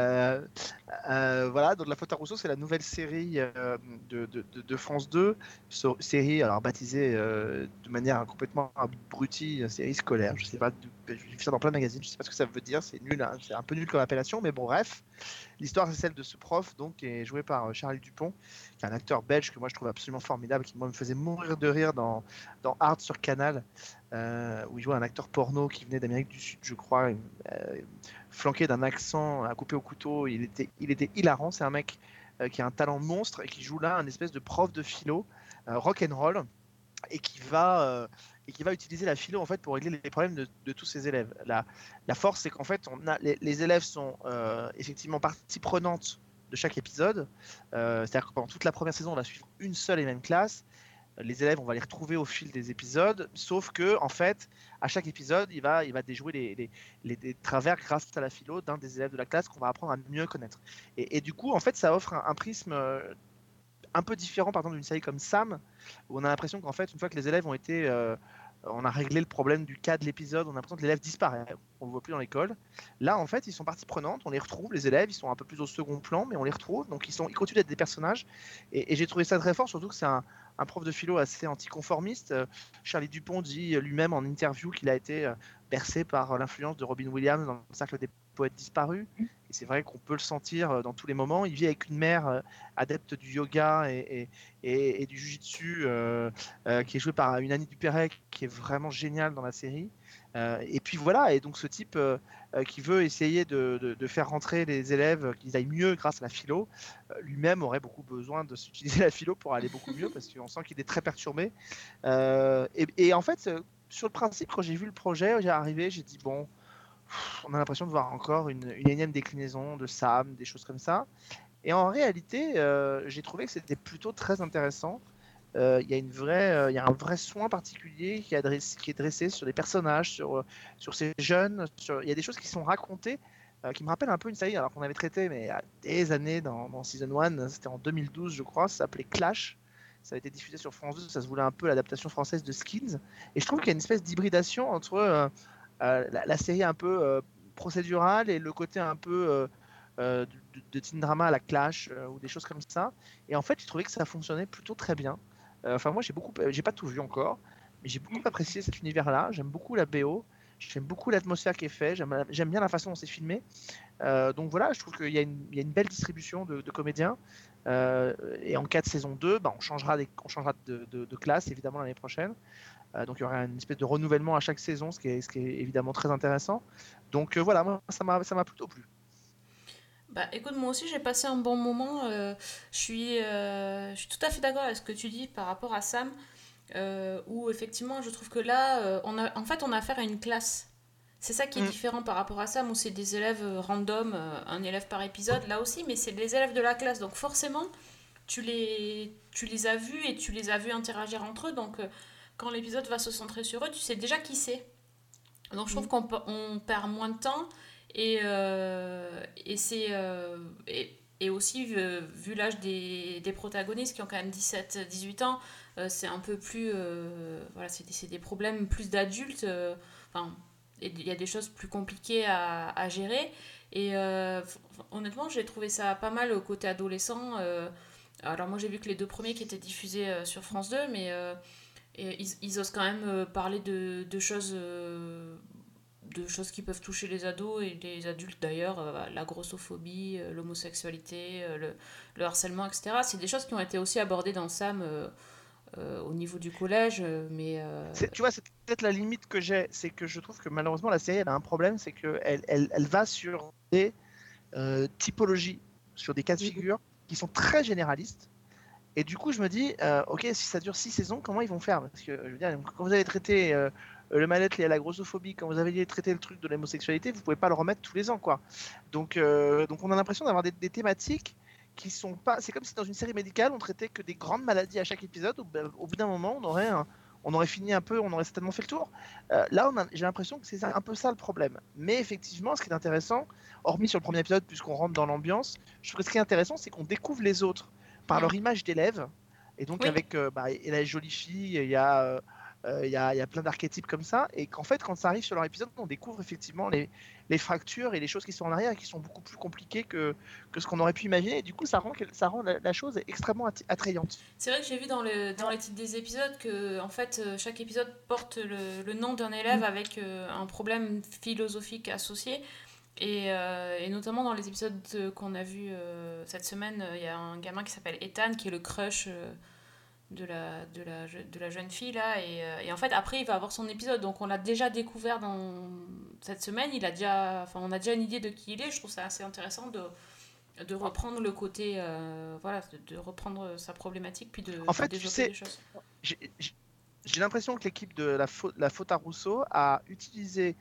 Voilà, donc La Faute à Rousseau, c'est la nouvelle série de France 2, série alors baptisée de manière complètement abrutie, série scolaire. Je sais pas, je l'ai vu dans plein de magazines, je sais pas ce que ça veut dire, c'est nul, hein, c'est un peu nul comme appellation, mais bon, bref. L'histoire, c'est celle de ce prof, donc, qui est joué par Charlie Dupont, qui est un acteur belge que moi je trouve absolument formidable, qui moi me faisait mourir de rire dans Hard sur Canal, où il jouait un acteur porno qui venait d'Amérique du Sud, je crois, flanqué d'un accent à couper au couteau. Il était hilarant. C'est un mec qui a un talent monstre et qui joue là un espèce de prof de philo rock'n'roll et qui va utiliser la philo en fait pour régler les problèmes de tous ses élèves. La force, c'est qu'en fait les élèves sont effectivement partie prenante de chaque épisode. C'est-à-dire que pendant toute la première saison, on va suivre une seule et même classe. Les élèves, on va les retrouver au fil des épisodes, sauf que en fait, à chaque épisode, il va déjouer les travers grâce à la philo d'un des élèves de la classe qu'on va apprendre à mieux connaître. Et du coup, en fait, ça offre un prisme un peu différent, par exemple, d'une série comme Sam, où on a l'impression qu'en fait, une fois que les élèves ont été on a réglé le problème du cas de l'épisode, on a l'impression que l'élève disparaît, on ne le voit plus dans l'école. Là, en fait, ils sont partie prenante, on les retrouve, les élèves, ils sont un peu plus au second plan, mais on les retrouve, donc ils continuent d'être des personnages, et j'ai trouvé ça très fort, surtout que c'est un prof de philo assez anticonformiste. Charlie Dupont dit lui-même en interview qu'il a été bercé par l'influence de Robin Williams dans le cercle des poètes disparus, et c'est vrai qu'on peut le sentir dans tous les moments. Il vit avec une mère adepte du yoga et du jujitsu, qui est jouée par une Annie Dupéret, qui est vraiment géniale dans la série. Et puis voilà, et donc ce type qui veut essayer de faire rentrer les élèves, qu'ils aillent mieux grâce à la philo, lui-même aurait beaucoup besoin de s'utiliser la philo pour aller beaucoup mieux, parce qu'on sent qu'il est très perturbé. Et en fait, sur le principe, quand j'ai vu le projet, j'ai dit bon, on a l'impression de voir encore une énième déclinaison de Sam, des choses comme ça. Et en réalité, j'ai trouvé que c'était plutôt très intéressant. Il y a un vrai soin particulier qui est dressé sur les personnages, sur ces jeunes. Il y a des choses qui sont racontées qui me rappellent un peu une série alors qu'on avait traité mais il y a des années dans Season 1, c'était en 2012 je crois, ça s'appelait Clash. Ça a été diffusé sur France 2, ça se voulait un peu l'adaptation française de Skins. Et je trouve qu'il y a une espèce d'hybridation entre la série un peu procédurale et le côté un peu de teen drama à la Clash ou des choses comme ça. Et en fait, j'ai trouvé que ça fonctionnait plutôt très bien. Enfin, moi, j'ai pas tout vu encore, mais j'ai beaucoup apprécié cet univers-là. J'aime beaucoup la BO, j'aime beaucoup l'atmosphère qui est faite, j'aime bien la façon dont c'est filmé. Donc voilà, je trouve qu'il y a une belle distribution de comédiens. Et en cas de saison 2, on changera de classe évidemment l'année prochaine. Donc il y aura une espèce de renouvellement à chaque saison, ce qui est évidemment très intéressant. Donc voilà, moi ça m'a plutôt plu. Bah écoute, moi aussi j'ai passé un bon moment. Je suis tout à fait d'accord avec ce que tu dis par rapport à Sam, où effectivement je trouve que là, on a affaire à une classe. C'est ça qui est différent par rapport à Sam, où c'est des élèves random, un élève par épisode, là aussi, mais c'est des élèves de la classe. Donc forcément, tu les as vus et tu les as vus interagir entre eux. Donc quand l'épisode va se centrer sur eux, tu sais déjà qui c'est. Donc je trouve qu'on perd moins de temps. Et aussi, vu l'âge des protagonistes qui ont quand même 17-18 ans, c'est un peu plus... voilà, c'est des problèmes plus d'adultes. Il y a des choses plus compliquées à gérer. Et honnêtement, j'ai trouvé ça pas mal au côté adolescent. Alors moi, j'ai vu que les 2 premiers qui étaient diffusés sur France 2, mais ils osent quand même parler de choses qui peuvent toucher les ados et les adultes d'ailleurs, la grossophobie, l'homosexualité, le harcèlement, etc. C'est des choses qui ont été aussi abordées dans Sam au niveau du collège, mais... Tu vois, c'est peut-être la limite que j'ai, c'est que je trouve que malheureusement la série elle a un problème, c'est qu'elle va sur des typologies, sur des cas de figure qui sont très généralistes. Et du coup, je me dis, ok, si ça dure 6 saisons, comment ils vont faire? Parce que, je veux dire, quand vous avez traité le mal-être lié à la grossophobie, quand vous avez traité le truc de l'homosexualité, vous pouvez pas le remettre tous les ans, quoi. Donc on a l'impression d'avoir des thématiques qui sont pas... C'est comme si dans une série médicale, on traitait que des grandes maladies à chaque épisode. Au bout d'un moment, on aurait fini un peu, on aurait certainement fait le tour. Là, j'ai l'impression que c'est un peu ça le problème. Mais effectivement, ce qui est intéressant, hormis sur le premier épisode, puisqu'on rentre dans l'ambiance, je trouve que ce qui est intéressant, c'est qu'on découvre les autres par leur image d'élève. Et donc, avec la jolie fille, il y a plein d'archétypes comme ça. Et qu'en fait, quand ça arrive sur leur épisode, on découvre effectivement les fractures et les choses qui sont en arrière et qui sont beaucoup plus compliquées que ce qu'on aurait pu imaginer. Et du coup, ça rend la chose extrêmement attrayante. C'est vrai que j'ai vu dans les titres des épisodes que en fait, chaque épisode porte le nom d'un élève avec un problème philosophique associé. Et notamment dans les épisodes qu'on a vus cette semaine, il y a un gamin qui s'appelle Ethan qui est le crush de la jeune fille là, et en fait après il va avoir son épisode, donc on l'a déjà découvert dans cette semaine, on a déjà une idée de qui il est. Je trouve ça assez intéressant de reprendre le côté de reprendre sa problématique puis de développer des choses. J'ai l'impression que l'équipe de la faute à Rousseau a utilisé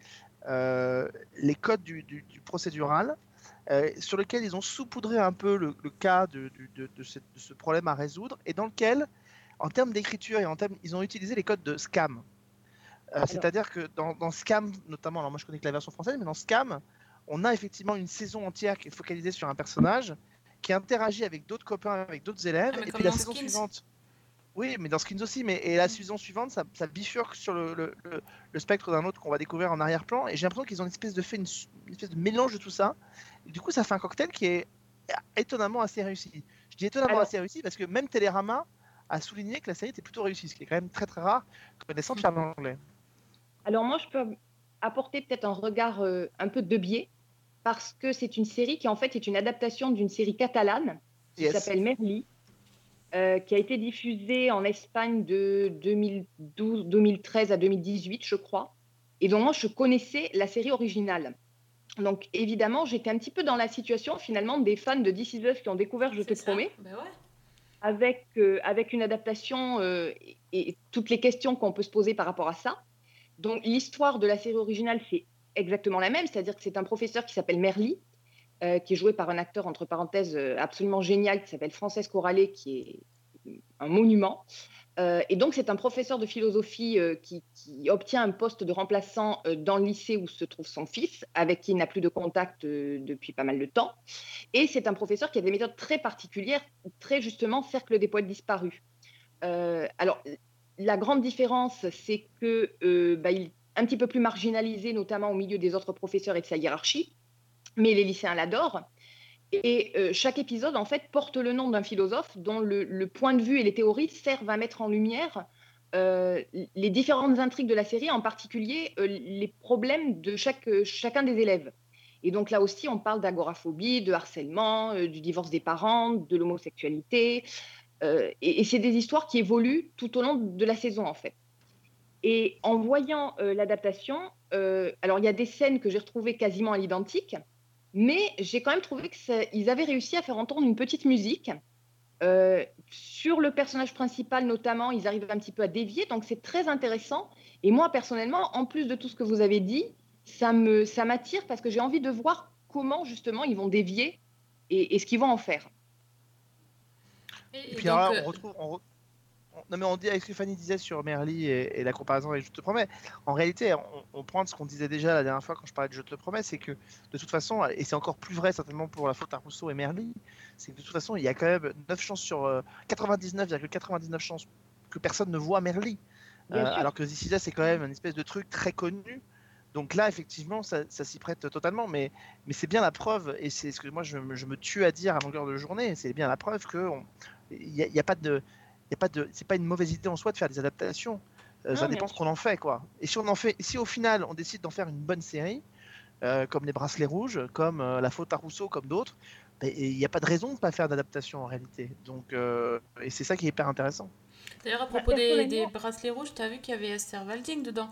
les codes du procédural sur lequel ils ont saupoudré un peu le cas de ce problème à résoudre, et dans lequel, en termes d'écriture et ils ont utilisé les codes de Scam. C'est-à-dire que dans Scam, notamment, alors moi je connais que la version française, mais dans Scam, on a effectivement une saison entière qui est focalisée sur un personnage qui interagit avec d'autres copains, avec d'autres élèves, et puis la saison suivante. Oui, mais dans Skins aussi, et la saison suivante, ça bifurque sur le spectre d'un autre qu'on va découvrir en arrière-plan, et j'ai l'impression qu'ils ont une espèce de mélange de tout ça, et du coup ça fait un cocktail qui est étonnamment assez réussi. Je dis étonnamment assez réussi parce que même Télérama a souligné que la série était plutôt réussie, ce qui est quand même très très rare, connaissant Charles Anglais. Alors moi, je peux apporter peut-être un regard un peu de biais, parce que c'est une série qui en fait est une adaptation d'une série catalane qui s'appelle Merli, qui a été diffusée en Espagne de 2013 à 2018, je crois, et dont moi je connaissais la série originale. Donc évidemment, j'étais un petit peu dans la situation finalement des fans de This Is Us qui ont découvert Je te promets, avec une adaptation et toutes les questions qu'on peut se poser par rapport à ça. Donc l'histoire de la série originale, c'est exactement la même, c'est-à-dire que c'est un professeur qui s'appelle Merli, qui est joué par un acteur, entre parenthèses, absolument génial, qui s'appelle Francesc Orale, qui est un monument. Et donc, c'est un professeur de philosophie qui obtient un poste de remplaçant dans le lycée où se trouve son fils, avec qui il n'a plus de contact depuis pas mal de temps. Et c'est un professeur qui a des méthodes très particulières, très justement cercle des poètes disparus. Alors, la grande différence, c'est que il est un petit peu plus marginalisé, notamment au milieu des autres professeurs et de sa hiérarchie, mais les lycéens l'adorent. Et chaque épisode, en fait, porte le nom d'un philosophe dont le point de vue et les théories servent à mettre en lumière les différentes intrigues de la série, en particulier les problèmes de chacun des élèves. Et donc là aussi, on parle d'agoraphobie, de harcèlement, du divorce des parents, de l'homosexualité. Et c'est des histoires qui évoluent tout au long de la saison, en fait. Et en voyant l'adaptation, alors il y a des scènes que j'ai retrouvées quasiment à l'identique, mais j'ai quand même trouvé qu'ils avaient réussi à faire entendre une petite musique. Sur le personnage principal, notamment, ils arrivent un petit peu à dévier, donc c'est très intéressant. Et moi, personnellement, en plus de tout ce que vous avez dit, ça m'attire parce que j'ai envie de voir comment, justement, ils vont dévier et ce qu'ils vont en faire. Et puis alors là, non mais on dit avec ce que Fanny disait sur Merli et la comparaison avec Je te promets, en réalité on prend ce qu'on disait déjà la dernière fois quand je parlais de Je te promets, c'est que de toute façon, et c'est encore plus vrai certainement pour La Faute à Rousseau et Merli, c'est que de toute façon il y a quand même 9 chances sur 99,99 chances que personne ne voit Merli, alors que This Is Us c'est quand même une espèce de truc très connu. Donc là, effectivement, ça s'y prête totalement, mais c'est bien la preuve, et c'est ce que moi je me tue à dire à longueur de journée, c'est bien la preuve que y a pas de c'est pas une mauvaise idée en soi de faire des adaptations. Ça dépend ce qu'on en fait, quoi. Et si au final on décide d'en faire une bonne série, comme Les Bracelets Rouges, comme La Faute à Rousseau, comme d'autres, il n'y a pas de raison de ne pas faire d'adaptation en réalité. Donc, et c'est ça qui est hyper intéressant. D'ailleurs, à propos des Bracelets Rouges, tu as vu qu'il y avait Esther Walding dedans?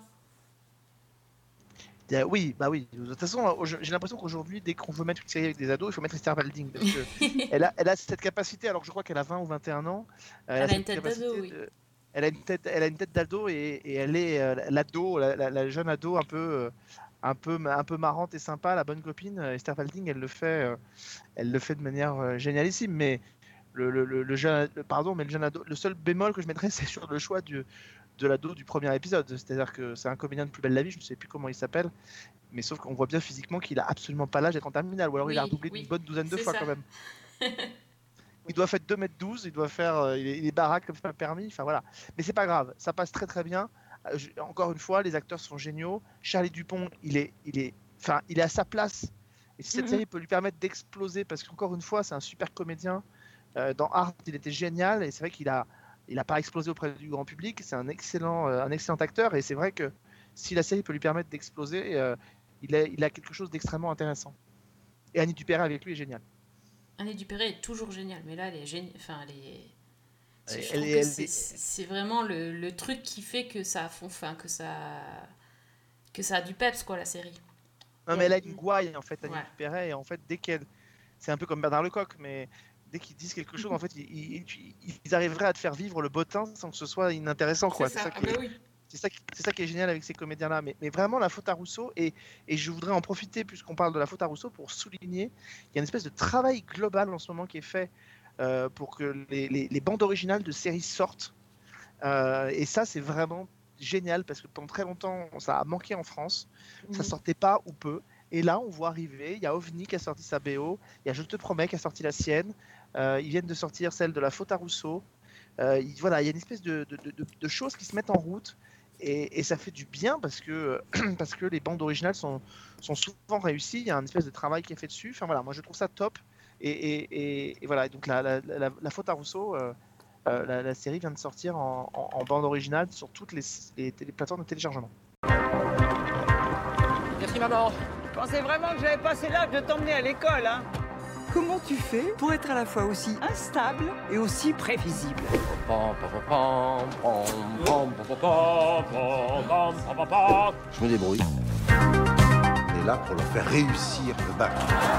Oui, bah oui. De toute façon, j'ai l'impression qu'aujourd'hui, dès qu'on veut mettre une série avec des ados, il faut mettre Esther Walding. Parce que elle a cette capacité, alors que je crois qu'elle a 20 ou 21 ans. Elle a une tête d'ado, oui. Elle a une tête d'ado et elle est l'ado, la jeune ado un peu marrante et sympa, la bonne copine. Esther Walding, elle le fait de manière génialissime. Mais le jeune ado, le seul bémol que je mettrais, c'est sur le choix de l'ado du premier épisode, c'est-à-dire que c'est un comédien de Plus belle la vie, je ne sais plus comment il s'appelle, mais sauf qu'on voit bien physiquement qu'il a absolument pas l'âge d'être en terminale, ou alors il a redoublé d'une bonne douzaine de fois quand même. Il doit faire 2m12, il est baraque comme pas permis, enfin voilà. Mais c'est pas grave, ça passe très très bien. Encore une fois, les acteurs sont géniaux. Charlie Dupont, il est à sa place. Et si cette série peut lui permettre d'exploser, parce qu'encore une fois, c'est un super comédien. Dans Art, il était génial, et c'est vrai qu'il a pas explosé auprès du grand public. C'est un excellent acteur, et c'est vrai que si la série peut lui permettre d'exploser, il a quelque chose d'extrêmement intéressant. Et Annie Dupéret avec lui est géniale. Annie Dupéret est toujours géniale, mais là elle est géniale. Enfin, c'est vraiment le truc qui fait que ça a du peps, quoi, la série. Non, mais elle a une gouaille en fait, Annie Dupéret, et en fait c'est un peu comme Bernard Lecoq, mais dès qu'ils disent quelque chose, en fait, ils arriveraient à te faire vivre le bottin sans que ce soit inintéressant, quoi. C'est ça qui est génial avec ces comédiens-là. Mais vraiment, La Faute à Rousseau, et je voudrais en profiter, puisqu'on parle de La Faute à Rousseau, pour souligner qu'il y a une espèce de travail global en ce moment qui est fait pour que les bandes originales de séries sortent. Et ça, c'est vraiment génial, parce que pendant très longtemps, ça a manqué en France. Ça sortait pas ou peu. Et là, on voit arriver, il y a OVNI qui a sorti sa BO, il y a Je te promets qui a sorti la sienne, ils viennent de sortir celle de La Faute à Rousseau. Il y a une espèce de choses qui se mettent en route, et ça fait du bien parce que les bandes originales sont souvent réussies, il y a une espèce de travail qui est fait dessus. Enfin voilà, moi je trouve ça top. Et voilà, donc La Faute à Rousseau, la série vient de sortir en bande originale sur toutes les plateformes de téléchargement. Merci maman. Je pensais vraiment que j'avais passé l'âge de t'emmener à l'école, hein. Comment tu fais pour être à la fois aussi instable et aussi prévisible? Je me débrouille. On est là pour leur faire réussir le bac.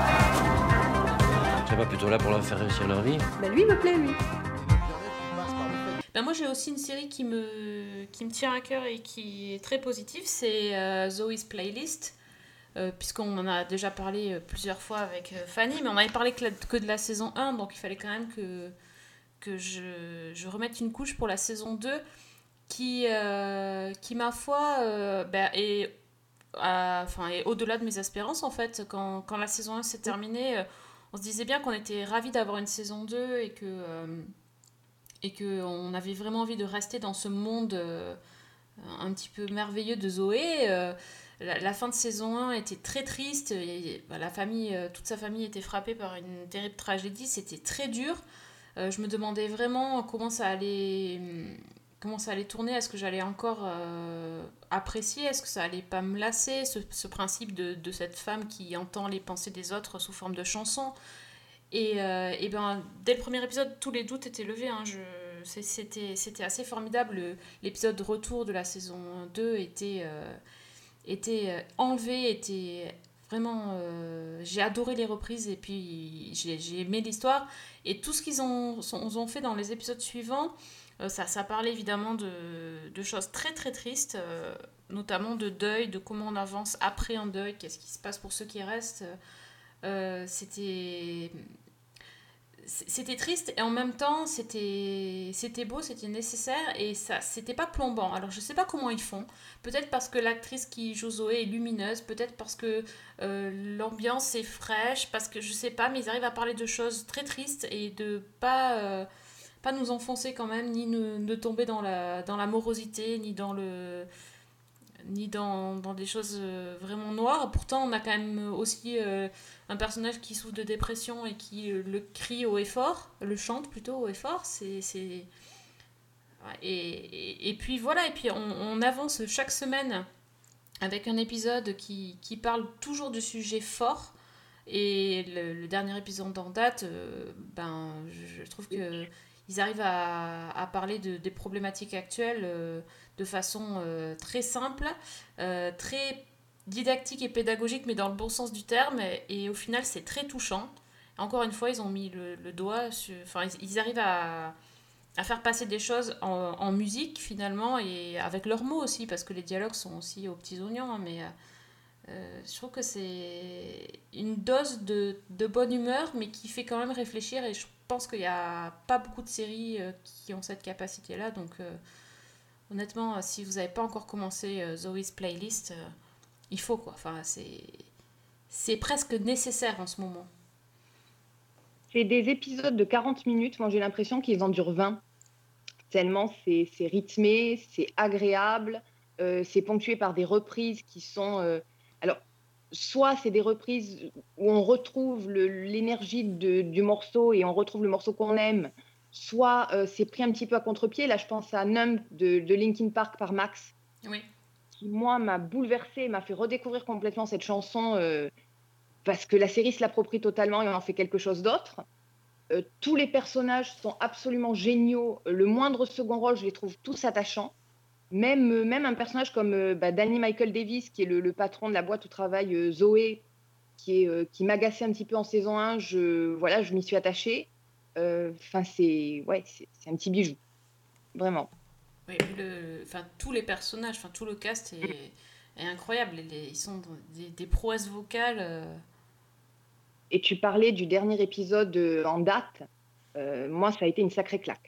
Tu pas plutôt là pour leur faire réussir leur vie? Bah lui me plaît, lui. Moi j'ai aussi une série qui me tient à cœur et qui est très positive, c'est Zoe's Playlist. Puisqu'on en a déjà parlé plusieurs fois avec Fanny, mais on n'avait parlé que de la saison 1, donc il fallait quand même que je remette une couche pour la saison 2 qui ma foi, est au-delà de mes espérances en fait. Quand la saison 1 s'est terminée, on se disait bien qu'on était ravis d'avoir une saison 2 et et qu'on avait vraiment envie de rester dans ce monde un petit peu merveilleux de Zoé. La fin de saison 1 était très triste. La famille, toute sa famille était frappée par une terrible tragédie. C'était très dur. Je me demandais vraiment comment ça allait tourner. Est-ce que j'allais encore apprécier? Est-ce que ça allait pas me lasser, ce principe de cette femme qui entend les pensées des autres sous forme de chansons? Et ben, dès le premier épisode, tous les doutes étaient levés. Hein. C'était assez formidable. L'épisode retour de la saison 2 était enlevé, était vraiment... j'ai adoré les reprises et puis j'ai aimé l'histoire. Et tout ce qu'ils ont fait dans les épisodes suivants, ça parlait évidemment de choses très très tristes, notamment de deuil, de comment on avance après un deuil, qu'est-ce qui se passe pour ceux qui restent. C'était triste et en même temps c'était beau, c'était nécessaire et ça c'était pas plombant. Alors je sais pas comment ils font, peut-être parce que l'actrice qui joue Zoé est lumineuse, peut-être parce que l'ambiance est fraîche, parce que je sais pas, mais ils arrivent à parler de choses très tristes et de pas nous enfoncer quand même, ni de tomber dans la morosité, ni dans des choses vraiment noires. Pourtant, on a quand même aussi un personnage qui souffre de dépression et qui le crie haut et fort, le chante plutôt haut et fort. Et puis voilà, et puis on avance chaque semaine avec un épisode qui parle toujours de sujets forts. Et le dernier épisode en date, je trouve que ils arrivent à parler des problématiques actuelles de façon très simple, très didactique et pédagogique, mais dans le bon sens du terme. Et au final, c'est très touchant. Encore une fois, ils ont mis le doigt sur... Enfin, ils arrivent à faire passer des choses en musique, finalement, et avec leurs mots aussi, parce que les dialogues sont aussi aux petits oignons. Hein, mais je trouve que c'est une dose de bonne humeur, mais qui fait quand même réfléchir. Et je pense qu'il n'y a pas beaucoup de séries qui ont cette capacité-là. Donc, honnêtement, si vous n'avez pas encore commencé Zoe's Playlist, il faut quoi. Enfin, c'est presque nécessaire en ce moment. C'est des épisodes de 40 minutes. Moi, j'ai l'impression qu'ils en durent 20. Tellement c'est rythmé, c'est agréable. C'est ponctué par des reprises qui sont... alors, soit c'est des reprises où on retrouve l'énergie du morceau et on retrouve le morceau qu'on aime, soit c'est pris un petit peu à contre-pied. Là, je pense à Numb de Linkin Park par Max, qui, moi, m'a bouleversée, m'a fait redécouvrir complètement cette chanson parce que la série se l'approprie totalement et on en fait quelque chose d'autre. Tous les personnages sont absolument géniaux. Le moindre second rôle, je les trouve tous attachants. Même un personnage comme Danny Michael Davis, qui est le patron de la boîte où travaille Zoé, qui m'agaçait un petit peu en saison 1, je m'y suis attachée. Enfin, c'est un petit bijou, vraiment. Oui, tous les personnages, tout le cast est incroyable. Ils sont des prouesses vocales. Et tu parlais du dernier épisode en date. Moi, ça a été une sacrée claque.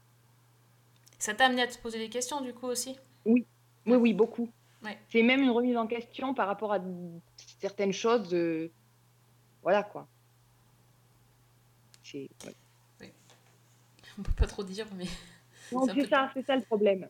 Ça t'a amené à te poser des questions, du coup, aussi? Oui, beaucoup. Ouais. C'est même une remise en question par rapport à certaines choses. Voilà, quoi. Oui. On peut pas trop dire, mais... Non, c'est ça le problème.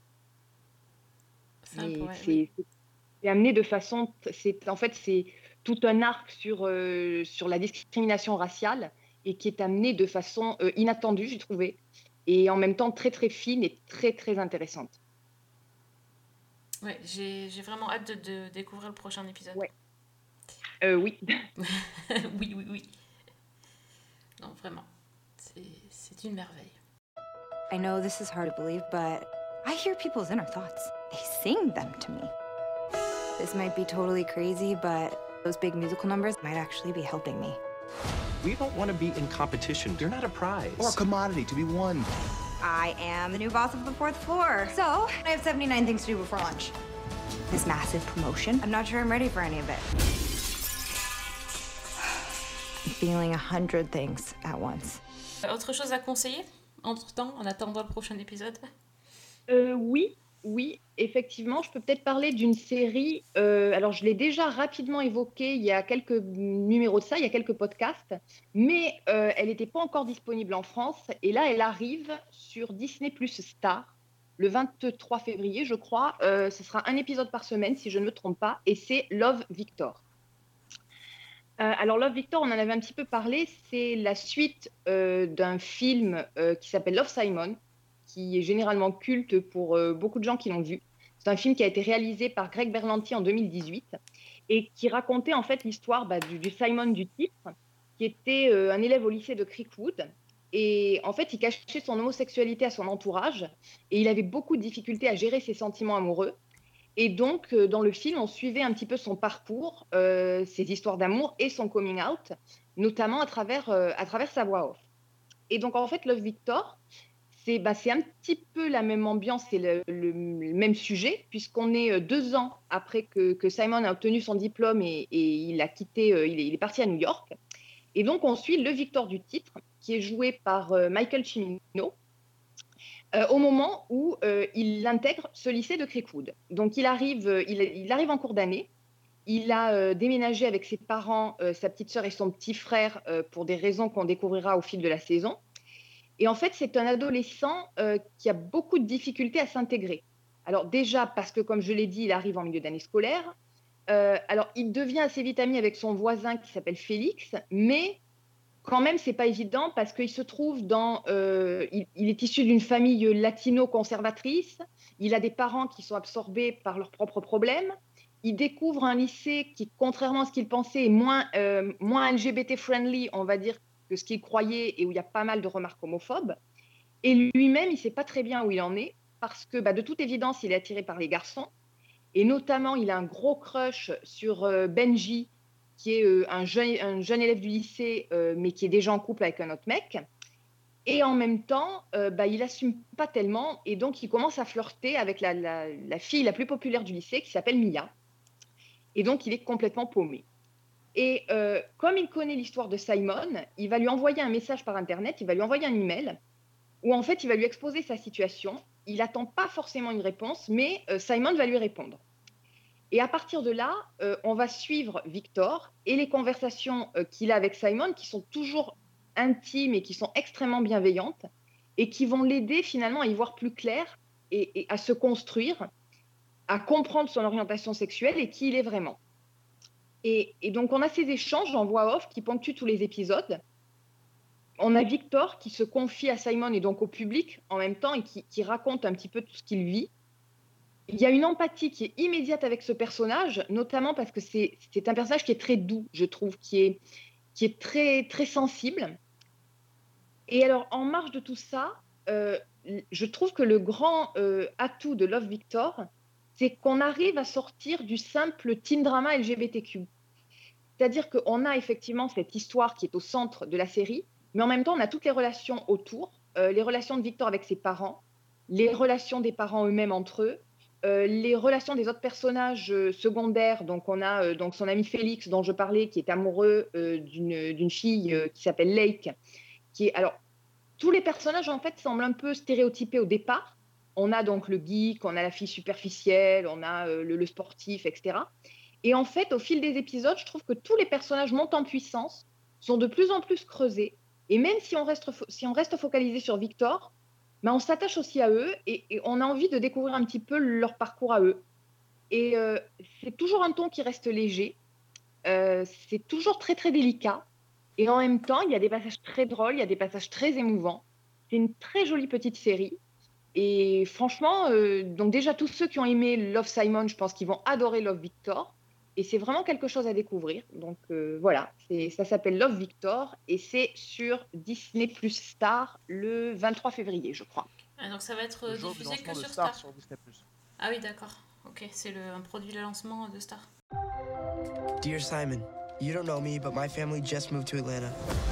C'est amené de façon... En fait, c'est tout un arc sur la discrimination raciale et qui est amené de façon inattendue, j'ai trouvé. Et en même temps très très fine et très très intéressante. Ouais, j'ai vraiment hâte de découvrir le prochain épisode. Ouais. Oui. oui. Non, vraiment. C'est une merveille. I know this is hard to believe, but I hear people's inner thoughts. They sing them to me. This might be totally crazy, but those big musical numbers might actually be helping me. We don't want to be in competition. You're not a prize. Or a commodity to be won. I am the new boss of the 4th floor. So, I have 79 things to do before lunch. This massive promotion, I'm not sure I'm ready for any of it. I'm feeling 100 things at once. Autre chose à conseiller, entre-temps, en attendant le prochain épisode? Oui. Oui, effectivement, je peux peut-être parler d'une série. Alors, je l'ai déjà rapidement évoquée il y a quelques numéros de ça, il y a quelques podcasts, mais elle n'était pas encore disponible en France. Et là, elle arrive sur Disney+ Star le 23 février, je crois. Ce sera un épisode par semaine, si je ne me trompe pas, et c'est Love, Victor. Alors, Love, Victor, on en avait un petit peu parlé. C'est la suite d'un film qui s'appelle Love, Simon, qui est généralement culte pour beaucoup de gens qui l'ont vu. C'est un film qui a été réalisé par Greg Berlanti en 2018 et qui racontait en fait l'histoire du Simon du titre, qui était un élève au lycée de Creekwood. Et en fait, il cachait son homosexualité à son entourage et il avait beaucoup de difficultés à gérer ses sentiments amoureux. Et donc, dans le film, on suivait un petit peu son parcours, ses histoires d'amour et son coming out, notamment à travers sa voix off. Et donc, en fait, Love, Victor, c'est un petit peu la même ambiance, c'est le même sujet, puisqu'on est 2 ans après que Simon a obtenu son diplôme et il a quitté, il est parti à New York. Et donc, on suit le Victor du titre, qui est joué par Michael Cimino, au moment où il intègre ce lycée de Creekwood. Donc, il arrive en cours d'année. Il a déménagé avec ses parents, sa petite sœur et son petit frère pour des raisons qu'on découvrira au fil de la saison. Et en fait, c'est un adolescent qui a beaucoup de difficultés à s'intégrer. Alors déjà, parce que comme je l'ai dit, il arrive en milieu d'année scolaire. Alors, il devient assez vite ami avec son voisin qui s'appelle Félix, mais quand même, c'est pas évident parce qu'il se trouve il est issu d'une famille latino-conservatrice. Il a des parents qui sont absorbés par leurs propres problèmes. Il découvre un lycée qui, contrairement à ce qu'il pensait, est moins LGBT-friendly, on va dire, que ce qu'il croyait et où il y a pas mal de remarques homophobes. Et lui-même, il ne sait pas très bien où il en est parce que, de toute évidence, il est attiré par les garçons. Et notamment, il a un gros crush sur Benji, qui est un jeune élève du lycée, mais qui est déjà en couple avec un autre mec. Et en même temps, il n'assume pas tellement. Et donc, il commence à flirter avec la fille la plus populaire du lycée, qui s'appelle Mia. Et donc, il est complètement paumé. Et comme il connaît l'histoire de Simon, il va lui envoyer un message par Internet, il va lui envoyer un email où en fait il va lui exposer sa situation. Il n'attend pas forcément une réponse, mais Simon va lui répondre. Et à partir de là, on va suivre Victor et les conversations qu'il a avec Simon, qui sont toujours intimes et qui sont extrêmement bienveillantes et qui vont l'aider finalement à y voir plus clair et à se construire, à comprendre son orientation sexuelle et qui il est vraiment. Et donc, on a ces échanges en voix off qui ponctuent tous les épisodes. On a Victor qui se confie à Simon et donc au public en même temps et qui raconte un petit peu tout ce qu'il vit. Il y a une empathie qui est immédiate avec ce personnage, notamment parce que c'est un personnage qui est très doux, je trouve, qui est très, très sensible. Et alors, en marge de tout ça, je trouve que le grand atout de Love, Victor, c'est qu'on arrive à sortir du simple teen drama LGBTQ. C'est-à-dire qu'on a effectivement cette histoire qui est au centre de la série, mais en même temps, on a toutes les relations autour, les relations de Victor avec ses parents, les relations des parents eux-mêmes entre eux, les relations des autres personnages secondaires. Donc, on a donc son ami Félix, dont je parlais, qui est amoureux d'une fille qui s'appelle Lake. Alors, tous les personnages, en fait, semblent un peu stéréotypés au départ. On a donc le geek, on a la fille superficielle, on a le sportif, etc. Et en fait, au fil des épisodes, je trouve que tous les personnages montent en puissance, sont de plus en plus creusés. Et même si on reste focalisé sur Victor, on s'attache aussi à eux et on a envie de découvrir un petit peu leur parcours à eux. Et c'est toujours un ton qui reste léger, c'est toujours très, très délicat. Et en même temps, il y a des passages très drôles, il y a des passages très émouvants. C'est une très jolie petite série. Et franchement, donc déjà tous ceux qui ont aimé Love, Simon, je pense qu'ils vont adorer Love, Victor. Et c'est vraiment quelque chose à découvrir. Donc voilà, ça s'appelle Love, Victor et c'est sur Disney+ Star le 23 février, je crois. Ah, donc ça va être diffusé que sur Star. Sur Disney+. Ah oui, d'accord. Ok, c'est un produit de lancement de Star. Dear Simon, you don't know me, but my family just moved to Atlanta.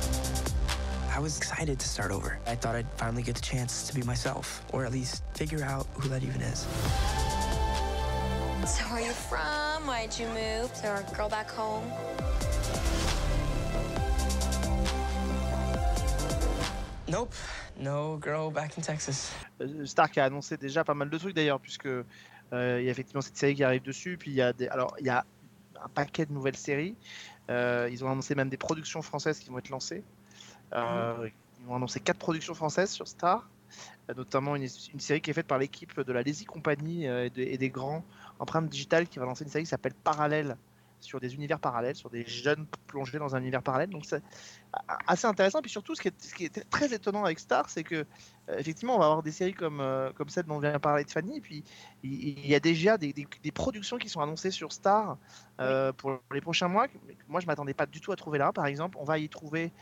I was excited to start over. I thought I'd finally get the chance to be myself, or at least figure out who that even is. So where are you from? Why'd you move? Is there a girl back home? Nope, no girl back in Texas. Stark a annoncé déjà pas mal de trucs d'ailleurs, puisque il y a effectivement cette série qui arrive dessus, puis il y a un paquet de nouvelles séries. Ils ont annoncé même des productions françaises qui vont être lancées. Ils vont annoncer 4 productions françaises sur Star, notamment une série qui est faite par l'équipe de la Lazy Company et des grands empreintes digitales, qui va lancer une série qui s'appelle Parallèle, sur des univers parallèles, sur des jeunes plongés dans un univers parallèle. Donc c'est assez intéressant. Puis surtout, ce qui est très étonnant avec Star, c'est que effectivement, on va avoir des séries comme celle dont on vient de parler de Fanny. Et puis il y a déjà des productions qui sont annoncées sur Star pour les prochains mois. Moi, je m'attendais pas du tout à trouver là. Par exemple, on va y trouver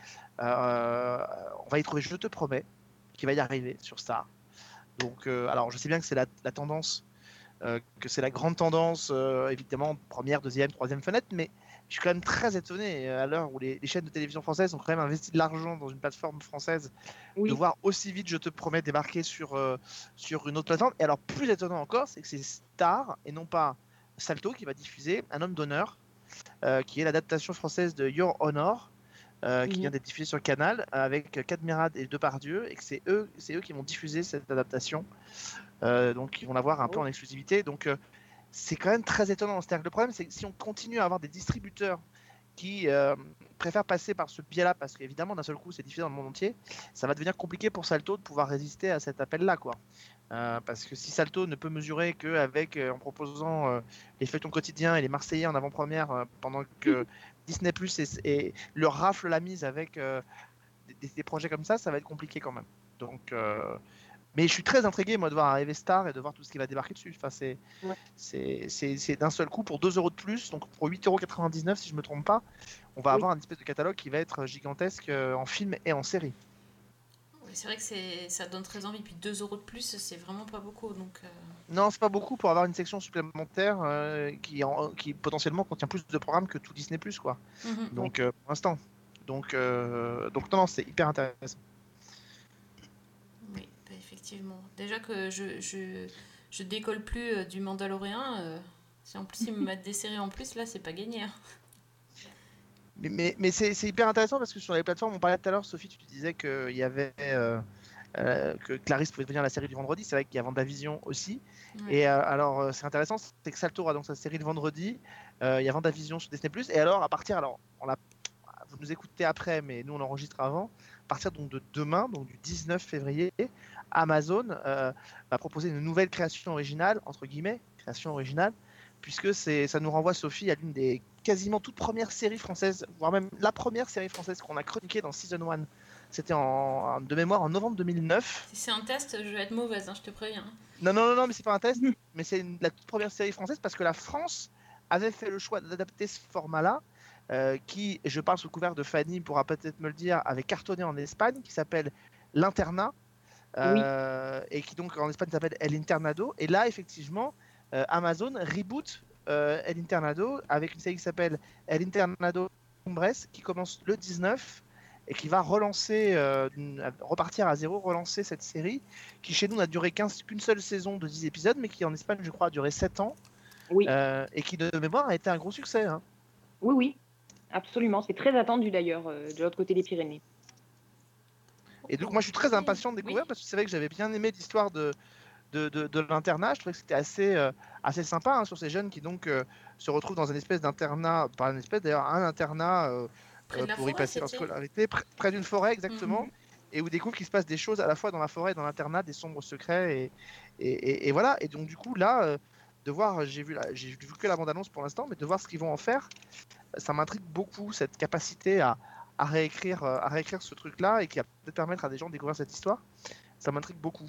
Je te promets, qui va y arriver sur Star. Donc, alors, je sais bien que c'est la tendance. Que c'est la grande tendance, évidemment, première, deuxième, troisième fenêtre, mais je suis quand même très étonné à l'heure où les chaînes de télévision françaises ont quand même investi de l'argent dans une plateforme française, de voir aussi vite Je te promets débarquer sur une autre plateforme. Et alors, plus étonnant encore, c'est que c'est Star et non pas Salto qui va diffuser Un homme d'honneur, qui est l'adaptation française de Your Honor, qui vient d'être diffusée sur Canal avec Cadmerade et Depardieu, et que c'est eux qui vont diffuser cette adaptation. Donc ils vont l'avoir un peu en exclusivité, donc c'est quand même très étonnant. C'est-à-dire que le problème, c'est que si on continue à avoir des distributeurs qui préfèrent passer par ce biais-là, parce qu'évidemment d'un seul coup c'est diffusé dans le monde entier, ça va devenir compliqué pour Salto de pouvoir résister à cet appel-là, quoi. Parce que si Salto ne peut mesurer qu'avec en proposant les feuilletons quotidiens et les Marseillais en avant-première, pendant que Disney Plus et leur rafle la mise avec des projets comme ça va être compliqué quand même. Donc mais je suis très intrigué, moi, de voir arriver Star et de voir tout ce qui va débarquer dessus. Enfin, c'est d'un seul coup pour 2 € de plus, donc pour 8,99 € si je ne me trompe pas, on va avoir un espèce de catalogue qui va être gigantesque en film et en série. Oui, c'est vrai que ça donne très envie. Puis 2 € de plus, c'est vraiment pas beaucoup. Donc, Non, c'est pas beaucoup pour avoir une section supplémentaire qui potentiellement contient plus de programmes que tout Disney+, quoi. Donc, pour l'instant. Donc non, c'est hyper intéressant. Oui, effectivement. Déjà que je décolle plus du Mandalorian, si en plus ils me mettent des séries en plus, là c'est pas gagné. Hein. Mais c'est hyper intéressant parce que sur les plateformes, on parlait tout à l'heure, Sophie, tu disais qu'il y avait que Clarisse pouvait devenir la série du vendredi. C'est vrai qu'il y a WandaVision aussi. Ouais. Et alors c'est intéressant, c'est que Salto aura donc sa série le vendredi. Il y a WandaVision sur Disney+. Et alors vous nous écoutez après, mais nous on enregistre avant. À partir donc de demain, donc du 19 février, Amazon va proposer une nouvelle création originale, entre guillemets, création originale, puisque ça nous renvoie, Sophie, à l'une des quasiment toutes premières séries françaises, voire même la première série française qu'on a chroniquée dans Season 1. C'était de mémoire en novembre 2009. Si c'est un test, je vais être mauvaise, hein, je te préviens. Non, mais c'est pas un test, mais c'est la toute première série française parce que la France avait fait le choix d'adapter ce format-là, qui, je parle sous couvert de Fanny, pourra peut-être me le dire, avait cartonné en Espagne, qui s'appelle L'Internat, et qui donc en Espagne s'appelle El Internado. Et là, effectivement, Amazon reboot El Internado avec une série qui s'appelle El Internado Hombres, qui commence le 19 et qui va repartir à zéro, relancer cette série qui chez nous n'a duré qu'une seule saison de 10 épisodes, mais qui en Espagne, je crois, a duré 7 ans. Oui. Et qui de mémoire a été un gros succès. Hein. Oui, absolument. C'est très attendu d'ailleurs de l'autre côté des Pyrénées. Et donc moi je suis très impatient de découvrir parce que c'est vrai que j'avais bien aimé l'histoire de l'internat. Je trouvais que c'était assez sympa, hein, sur ces jeunes qui donc se retrouvent dans une espèce d'internat, pas une espèce d'ailleurs, un internat pour y passer leur scolarité, près d'une forêt exactement, et où découvrent qu'il se passe des choses à la fois dans la forêt et dans l'internat, des sombres secrets et voilà. Et donc du coup là, de voir, j'ai vu que la bande-annonce pour l'instant, mais de voir ce qu'ils vont en faire, ça m'intrigue beaucoup, cette capacité à réécrire ce truc-là et qui va peut-être permettre à des gens de découvrir cette histoire. Ça m'intrigue beaucoup.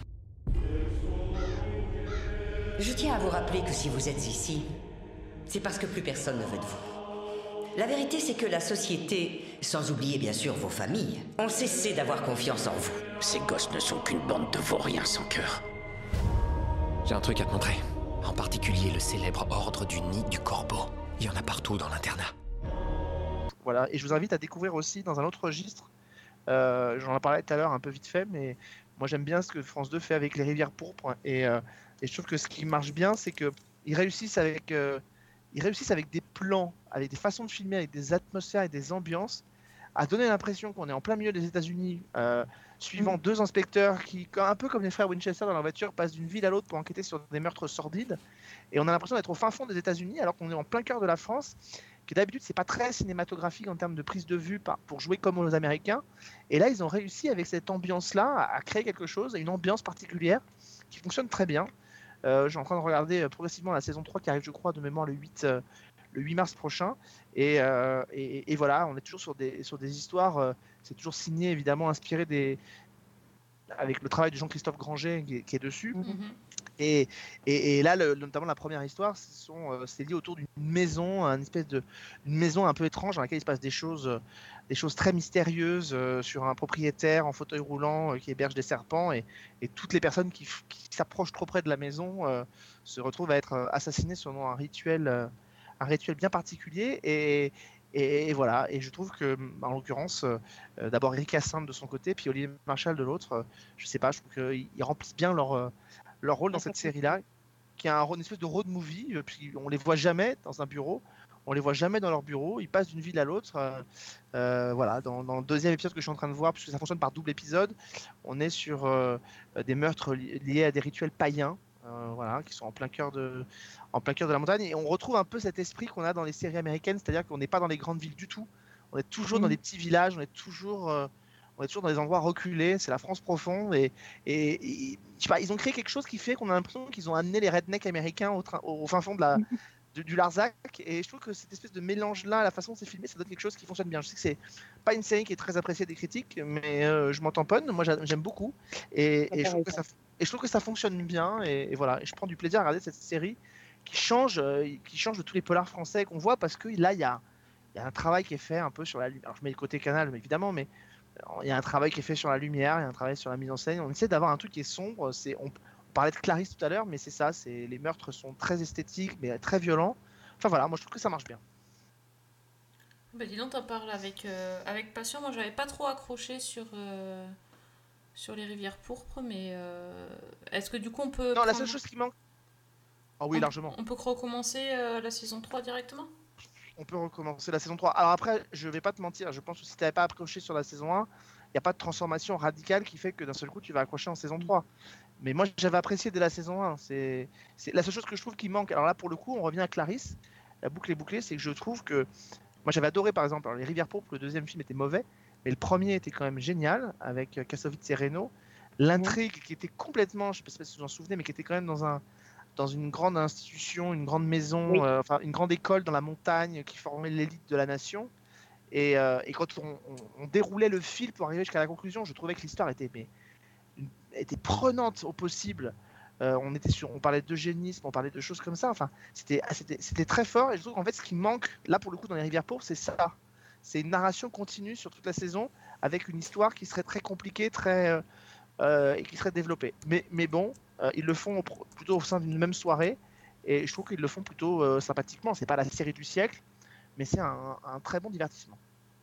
Je tiens à vous rappeler que si vous êtes ici, c'est parce que plus personne ne veut de vous. La vérité, c'est que la société, sans oublier bien sûr vos familles, ont cessé d'avoir confiance en vous. Ces gosses ne sont qu'une bande de vauriens sans cœur. J'ai un truc à te montrer. En particulier le célèbre ordre du Nid du Corbeau. Il y en a partout dans l'internat. Voilà, et je vous invite à découvrir aussi dans un autre registre, j'en ai parlé tout à l'heure un peu vite fait, mais moi j'aime bien ce que France 2 fait avec Les Rivières Pourpres, et je trouve que ce qui marche bien, c'est qu'ils réussissent avec des plans, avec des façons de filmer, avec des atmosphères et des ambiances, à donner l'impression qu'on est en plein milieu des États-Unis, suivant deux inspecteurs qui, un peu comme les frères Winchester dans leur voiture, passent d'une ville à l'autre pour enquêter sur des meurtres sordides. Et on a l'impression d'être au fin fond des États-Unis, alors qu'on est en plein cœur de la France, qui d'habitude, c'est pas très cinématographique en termes de prise de vue pour jouer comme aux Américains. Et là, ils ont réussi avec cette ambiance-là à créer quelque chose, une ambiance particulière qui fonctionne très bien. Je suis en train de regarder progressivement la saison 3 qui arrive, je crois, de mémoire le 8 mars prochain. Et voilà, on est toujours sur des histoires. C'est toujours signé, évidemment, inspiré avec le travail de Jean-Christophe Granger qui est dessus. Et là, notamment la première histoire, c'est lié autour d'une maison, une maison un peu étrange dans laquelle il se passe des choses très mystérieuses sur un propriétaire en fauteuil roulant qui héberge des serpents et toutes les personnes qui s'approchent trop près de la maison se retrouvent à être assassinées selon un rituel bien particulier. Et voilà, et je trouve que, en l'occurrence, d'abord Eric Hyacinthe de son côté, puis Olivier Marchal de l'autre, je sais pas, je trouve qu'ils remplissent bien leur rôle dans cette série-là, qui a une espèce de road movie, puis on les voit jamais dans un bureau, on les voit jamais dans leur bureau, ils passent d'une ville à l'autre. Voilà, dans le deuxième épisode que je suis en train de voir, puisque ça fonctionne par double épisode, on est sur des meurtres liés à des rituels païens. Voilà, qui sont en plein cœur de la montagne, et on retrouve un peu cet esprit qu'on a dans les séries américaines, c'est-à-dire qu'on n'est pas dans les grandes villes du tout, on est toujours dans des petits villages, on est toujours dans des endroits reculés, c'est la France profonde, et je sais pas, ils ont créé quelque chose qui fait qu'on a l'impression qu'ils ont amené les rednecks américains au fin fond du Larzac, et je trouve que cette espèce de mélange-là, la façon dont c'est filmé, ça donne quelque chose qui fonctionne bien. Je sais que c'est pas une série qui est très appréciée des critiques, mais je m'en tamponne, moi j'aime beaucoup, et je trouve que ça fonctionne bien, et voilà, et je prends du plaisir à regarder cette série qui change de tous les polars français qu'on voit, parce que là, il y a un travail qui est fait un peu sur la lumière. Alors je mets le côté canal, évidemment, mais il y a un travail qui est fait sur la lumière, il y a un travail sur la mise en scène. On essaie d'avoir un truc qui est sombre. On parlait de Clarisse tout à l'heure, mais c'est ça, les meurtres sont très esthétiques, mais très violents. Enfin voilà, moi je trouve que ça marche bien. Bah dis donc, t'en parles avec passion. Moi, j'avais pas trop accroché sur les rivières pourpres, mais est-ce que du coup on peut... Non, la seule chose qui manque... Ah oui, largement. On peut recommencer la saison 3 directement ? On peut recommencer la saison 3. Alors après, je vais pas te mentir, je pense que si tu n'avais pas accroché sur la saison 1, il n'y a pas de transformation radicale qui fait que d'un seul coup tu vas accrocher en saison 3. Mais moi j'avais apprécié dès la saison 1. C'est la seule chose que je trouve qui manque. Alors là pour le coup, on revient à Clarisse. La boucle est bouclée, c'est que je trouve que... Moi j'avais adoré par exemple Les Rivières pourpres, le deuxième film était mauvais, mais le premier était quand même génial avec Kassovitz et Reno. L'intrigue qui était complètement, je ne sais pas si vous en souvenez, mais qui était quand même dans une grande institution, une grande maison, une grande école dans la montagne qui formait l'élite de la nation. Et quand on déroulait le fil pour arriver jusqu'à la conclusion, je trouvais que l'histoire était prenante au possible. On parlait d'eugénisme, on parlait de choses comme ça. Enfin, c'était très fort. Et je trouve qu'en fait, ce qui manque là pour le coup dans Les Rivières pourpres, c'est ça. C'est une narration continue sur toute la saison avec une histoire qui serait très compliquée, et qui serait développée. Mais bon. Ils le font plutôt au sein d'une même soirée, et je trouve qu'ils le font plutôt sympathiquement. C'est pas la série du siècle, mais c'est un très bon divertissement.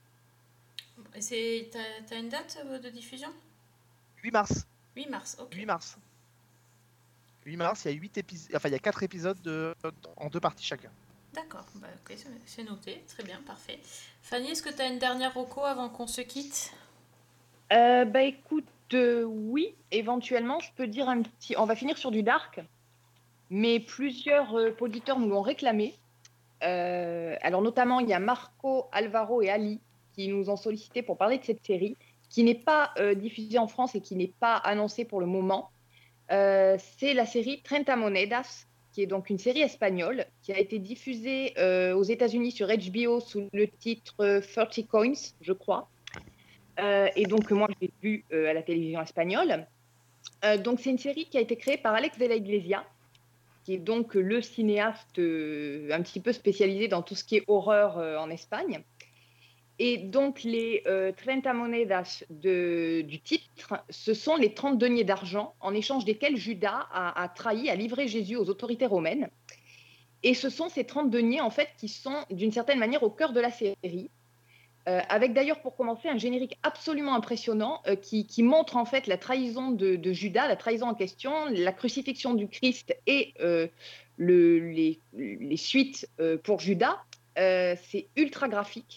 Et t'as une date de diffusion ? 8 mars. 8 mars, ok. 8 mars, il y a 4 épisodes en 2 parties chacun. D'accord, ok, c'est noté, très bien, parfait. Fanny, est-ce que tu as une dernière reco avant qu'on se quitte ? Écoute, oui, éventuellement, je peux dire un petit... On va finir sur du dark, mais plusieurs auditeurs nous l'ont réclamé. Alors notamment, il y a Marco, Alvaro et Ali qui nous ont sollicité pour parler de cette série, qui n'est pas diffusée en France et qui n'est pas annoncée pour le moment. C'est la série Treintamonedas, qui est donc une série espagnole, qui a été diffusée aux États-Unis sur HBO sous le titre 30 Coins, je crois. Et donc, moi, je l'ai vue à la télévision espagnole. Donc, c'est une série qui a été créée par Alex de la Iglesia, qui est donc le cinéaste un petit peu spécialisé dans tout ce qui est horreur en Espagne. Et donc, les 30 monedas du titre, ce sont les 30 deniers d'argent en échange desquels Judas a livré Jésus aux autorités romaines. Et ce sont ces 30 deniers, en fait, qui sont d'une certaine manière au cœur de la série. Avec d'ailleurs pour commencer un générique absolument impressionnant qui montre en fait la trahison de Judas, la trahison en question, la crucifixion du Christ et les suites pour Judas. C'est ultra graphique,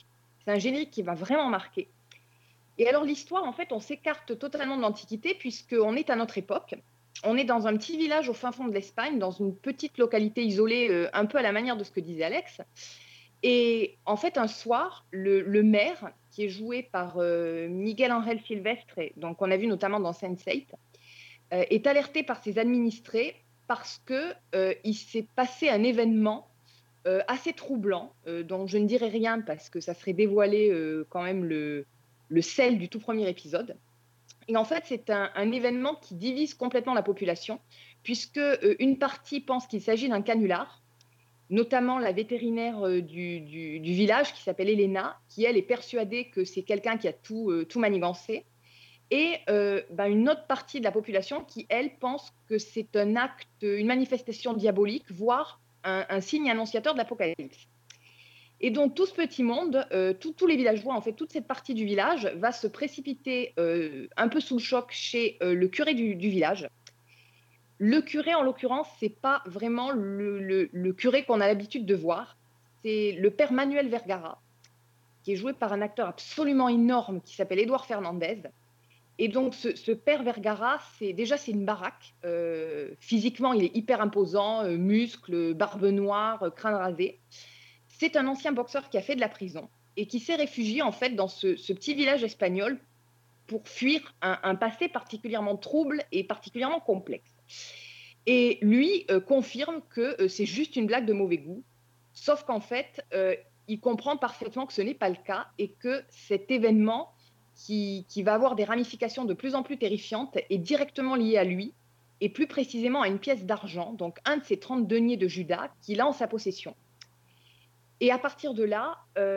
C'est un générique qui va vraiment marquer. Et alors l'histoire, en fait, on s'écarte totalement de l'Antiquité puisqu'on est à notre époque. On est dans un petit village au fin fond de l'Espagne, dans une petite localité isolée, un peu à la manière de ce que disait Alex. Et en fait, un soir, le maire, qui est joué par Miguel Ángel Silvestre, donc on a vu notamment dans Sense8, est alerté par ses administrés parce qu'il s'est passé un événement assez troublant, dont je ne dirai rien parce que ça serait dévoiler quand même le sel du tout premier épisode. Et en fait, c'est un événement qui divise complètement la population, puisque une partie pense qu'il s'agit d'un canular, notamment la vétérinaire du village qui s'appelle Elena, qui elle est persuadée que c'est quelqu'un qui a tout manigancé, et une autre partie de la population qui elle pense que c'est un acte, une manifestation diabolique, voire un signe annonciateur de l'apocalypse. Et donc tout ce petit monde, tous les villageois, en fait, toute cette partie du village va se précipiter un peu sous le choc chez le curé du village. Le curé, en l'occurrence, c'est pas vraiment le curé qu'on a l'habitude de voir. C'est le père Manuel Vergara, qui est joué par un acteur absolument énorme qui s'appelle Édouard Fernandez. Et donc, ce père Vergara, c'est une baraque. Physiquement, il est hyper imposant, muscles, barbe noire, crâne rasé. C'est un ancien boxeur qui a fait de la prison et qui s'est réfugié, en fait, dans ce petit village espagnol pour fuir un passé particulièrement trouble et particulièrement complexe. Et lui confirme que c'est juste une blague de mauvais goût, sauf qu'en fait, il comprend parfaitement que ce n'est pas le cas et que cet événement qui va avoir des ramifications de plus en plus terrifiantes est directement lié à lui et plus précisément à une pièce d'argent, donc un de ces 30 deniers de Judas qu'il a en sa possession. Et à partir de là,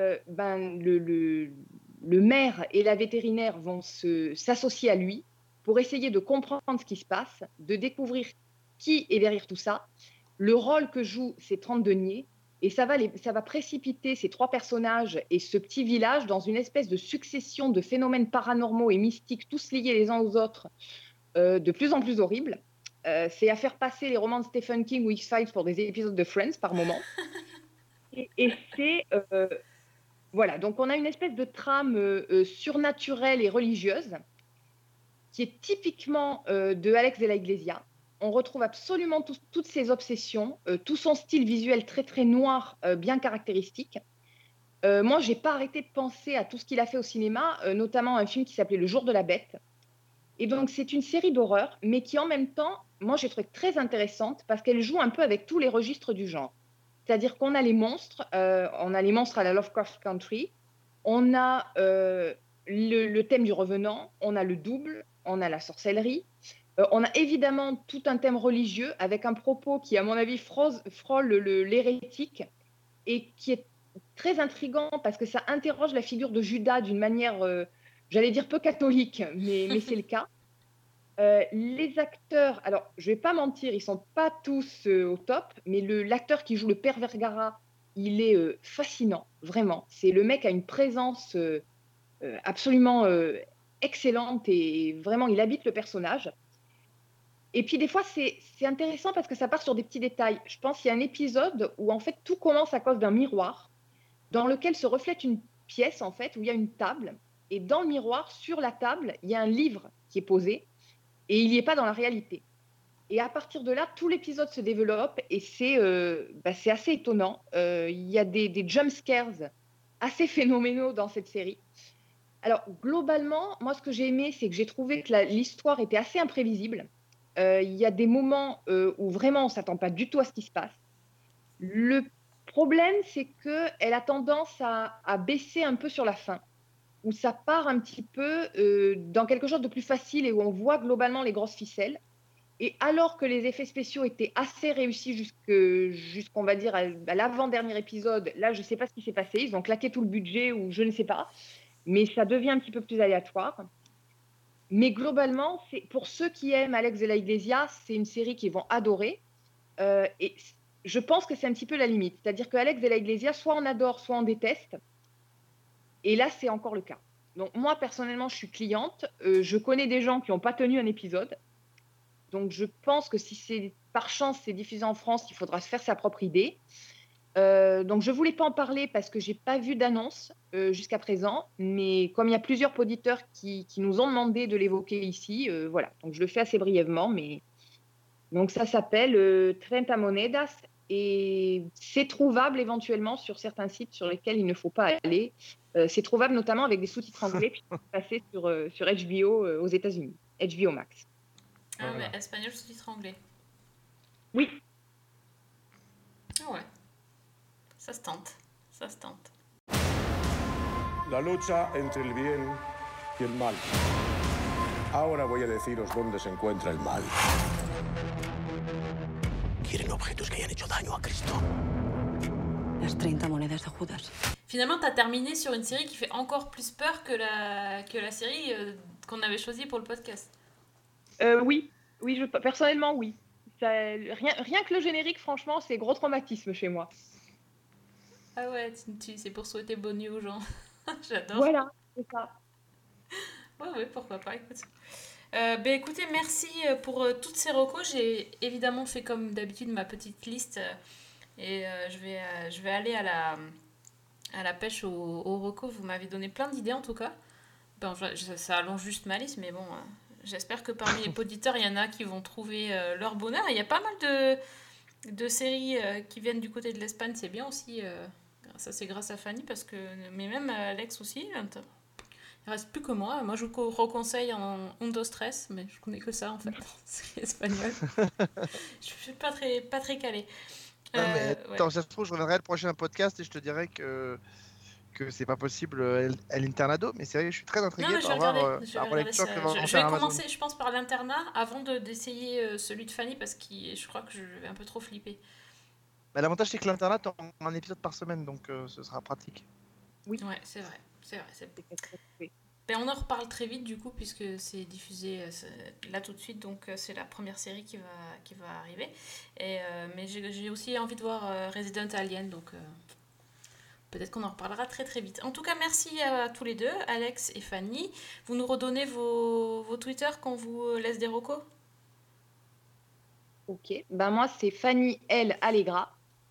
le maire et la vétérinaire vont s'associer à lui pour essayer de comprendre ce qui se passe, de découvrir qui est derrière tout ça, le rôle que jouent ces 30 deniers, et ça va précipiter ces 3 personnages et ce petit village dans une espèce de succession de phénomènes paranormaux et mystiques, tous liés les uns aux autres, de plus en plus horribles. C'est à faire passer les romans de Stephen King ou X-Files pour des épisodes de Friends par moment. Et c'est... voilà, donc on a une espèce de trame surnaturelle et religieuse qui est typiquement de Alex de la Iglesia. On retrouve absolument toutes ses obsessions, tout son style visuel très très noir, bien caractéristique. Moi, j'ai pas arrêté de penser à tout ce qu'il a fait au cinéma, notamment un film qui s'appelait Le Jour de la Bête. Et donc, c'est une série d'horreur, mais qui en même temps, moi, j'ai trouvé très intéressante parce qu'elle joue un peu avec tous les registres du genre. C'est-à-dire qu'on a les monstres à la Lovecraft Country, on a le thème du revenant, on a le double, on a la sorcellerie, on a évidemment tout un thème religieux avec un propos qui, à mon avis, frôle l'hérétique et qui est très intriguant parce que ça interroge la figure de Judas d'une manière, j'allais dire peu catholique, mais c'est le cas. Les acteurs, alors je vais pas mentir, ils sont pas tous au top, mais l'acteur qui joue le père Vergara, il est fascinant, vraiment. C'est le mec a une présence absolument excellente et vraiment il habite le personnage. Et puis des fois c'est intéressant parce que ça part sur des petits détails. Je pense qu'il y a un épisode où en fait tout commence à cause d'un miroir dans lequel se reflète une pièce en fait où il y a une table et dans le miroir sur la table il y a un livre qui est posé. Et il n'y est pas dans la réalité. Et à partir de là, tout l'épisode se développe et c'est assez étonnant. Il y a des jump scares assez phénoménaux dans cette série. Alors, globalement, moi, ce que j'ai aimé, c'est que j'ai trouvé que l'histoire était assez imprévisible. Il y a des moments où vraiment, on ne s'attend pas du tout à ce qui se passe. Le problème, c'est qu'elle a tendance à baisser un peu sur la fin, où ça part un petit peu dans quelque chose de plus facile et où on voit globalement les grosses ficelles. Et alors que les effets spéciaux étaient assez réussis jusqu'on va dire à l'avant-dernier épisode, là, je ne sais pas ce qui s'est passé. Ils ont claqué tout le budget ou je ne sais pas. Mais ça devient un petit peu plus aléatoire. Mais globalement, pour ceux qui aiment Alex de la Iglesia, c'est une série qu'ils vont adorer. Et je pense que c'est un petit peu la limite. C'est-à-dire que Alex de la Iglesia, soit on adore, soit on déteste. Et là, c'est encore le cas. Donc moi, personnellement, je suis cliente. Je connais des gens qui n'ont pas tenu un épisode. Donc je pense que si c'est par chance c'est diffusé en France, il faudra se faire sa propre idée. Donc, je ne voulais pas en parler parce que je n'ai pas vu d'annonce jusqu'à présent. Mais comme il y a plusieurs auditeurs qui nous ont demandé de l'évoquer ici, voilà. Donc, je le fais assez brièvement. Mais... Donc, ça s'appelle 30 Monedas et c'est trouvable éventuellement sur certains sites sur lesquels il ne faut pas aller. C'est trouvable notamment avec des sous-titres anglais puis passé sur HBO aux États-Unis, HBO Max. Ah, mais espagnol sous-titres anglais. Oui. Ah ouais. Ça se tente. La lucha entre el bien y el mal. Ahora voy a deciros dónde se encuentra el mal. Quieren objetos que hayan hecho daño a Cristo. Las 30 monedas de Judas. Finalement, t'as terminé sur une série qui fait encore plus peur que la série qu'on avait choisie pour le podcast. Oui, personnellement, oui. Ça, rien que le générique, franchement, c'est gros traumatisme chez moi. Ah ouais, c'est pour souhaiter bonne nuit aux gens. J'adore. Voilà, c'est ça. Ouais, pourquoi pas, écoute. Écoutez, merci pour toutes ces recos. J'ai évidemment fait comme d'habitude ma petite liste et je vais aller à la pêche aux recos. Vous m'avez donné plein d'idées en tout cas. Ça allonge juste ma liste, mais bon, j'espère que parmi les auditeurs, il y en a qui vont trouver leur bonheur. Il y a pas mal de séries qui viennent du côté de l'Espagne, c'est bien aussi. Ça, c'est grâce à Fanny, mais même Alex aussi. Il reste plus que moi. Moi, je vous reconseille en Undo Stress, mais je connais que ça en fait. C'est espagnol. Je suis pas très calée. Attends, ça se trouve, je reviendrai le prochain podcast et je te dirai que c'est pas possible à l'internado, mais c'est vrai que je suis très intrigué par voir la lecture que va en Je vais faire commencer, Amazon. je pense, par l'internat avant d'essayer celui de Fanny parce que je crois que je vais un peu trop flipper. Bah, l'avantage, c'est que l'internat, t'as un épisode par semaine, donc ce sera pratique. Oui. Ouais, c'est vrai. On en reparle très vite du coup puisque c'est diffusé là tout de suite, donc c'est la première série qui va arriver. Mais j'ai aussi envie de voir Resident Alien, donc peut-être qu'on en reparlera très très vite. En tout cas, merci à tous les deux, Alex et Fanny. Vous nous redonnez vos Twitter quand vous laisse des recos ? Ok, moi c'est Fanny L. Allegra.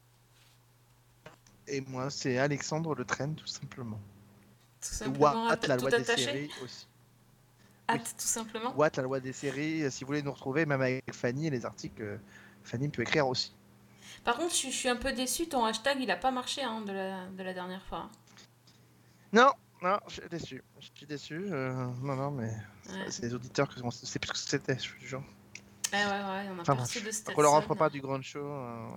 Et moi, c'est Alexandre Le Train, tout simplement. Tout simplement, la loi des séries aussi. Tout simplement. La loi des séries, si vous voulez nous retrouver, même avec Fanny et les articles, Fanny peut écrire aussi. Par contre, je suis un peu déçue, ton hashtag il a pas marché de la dernière fois. Non, je suis déçu. Non, mais c'est les auditeurs que c'est plus ce que c'était, je suis genre. Ouais, on a pas reçu de stats. On leur offre pas du grand show.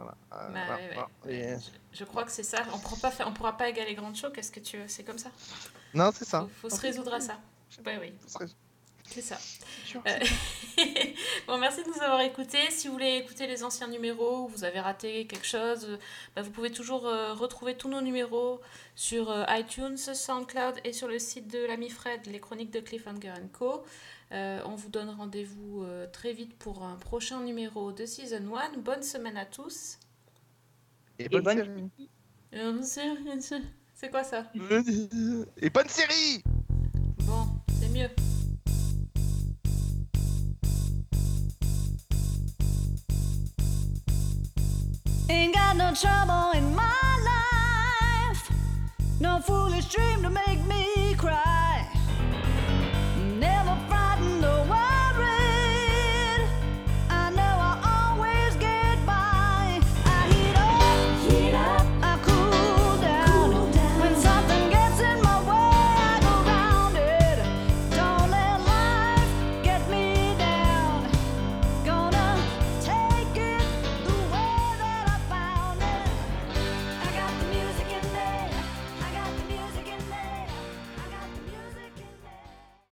Je crois que c'est ça. On pourra pas égaler grand show. Qu'est-ce que tu veux ? C'est comme ça. Non, c'est ça. Faut se résoudre à ça. Oui. C'est ça. Bon, merci de nous avoir écoutés. Si vous voulez écouter les anciens numéros ou vous avez raté quelque chose, vous pouvez toujours retrouver tous nos numéros sur iTunes, SoundCloud et sur le site de l'ami Fred, les chroniques de Cliffhanger & Co. On vous donne rendez-vous très vite pour un prochain numéro de Season 1. Bonne semaine à tous. Et bonne série. C'est quoi ça ? Et bonne série. Bon, c'est mieux. Ain't got no trouble in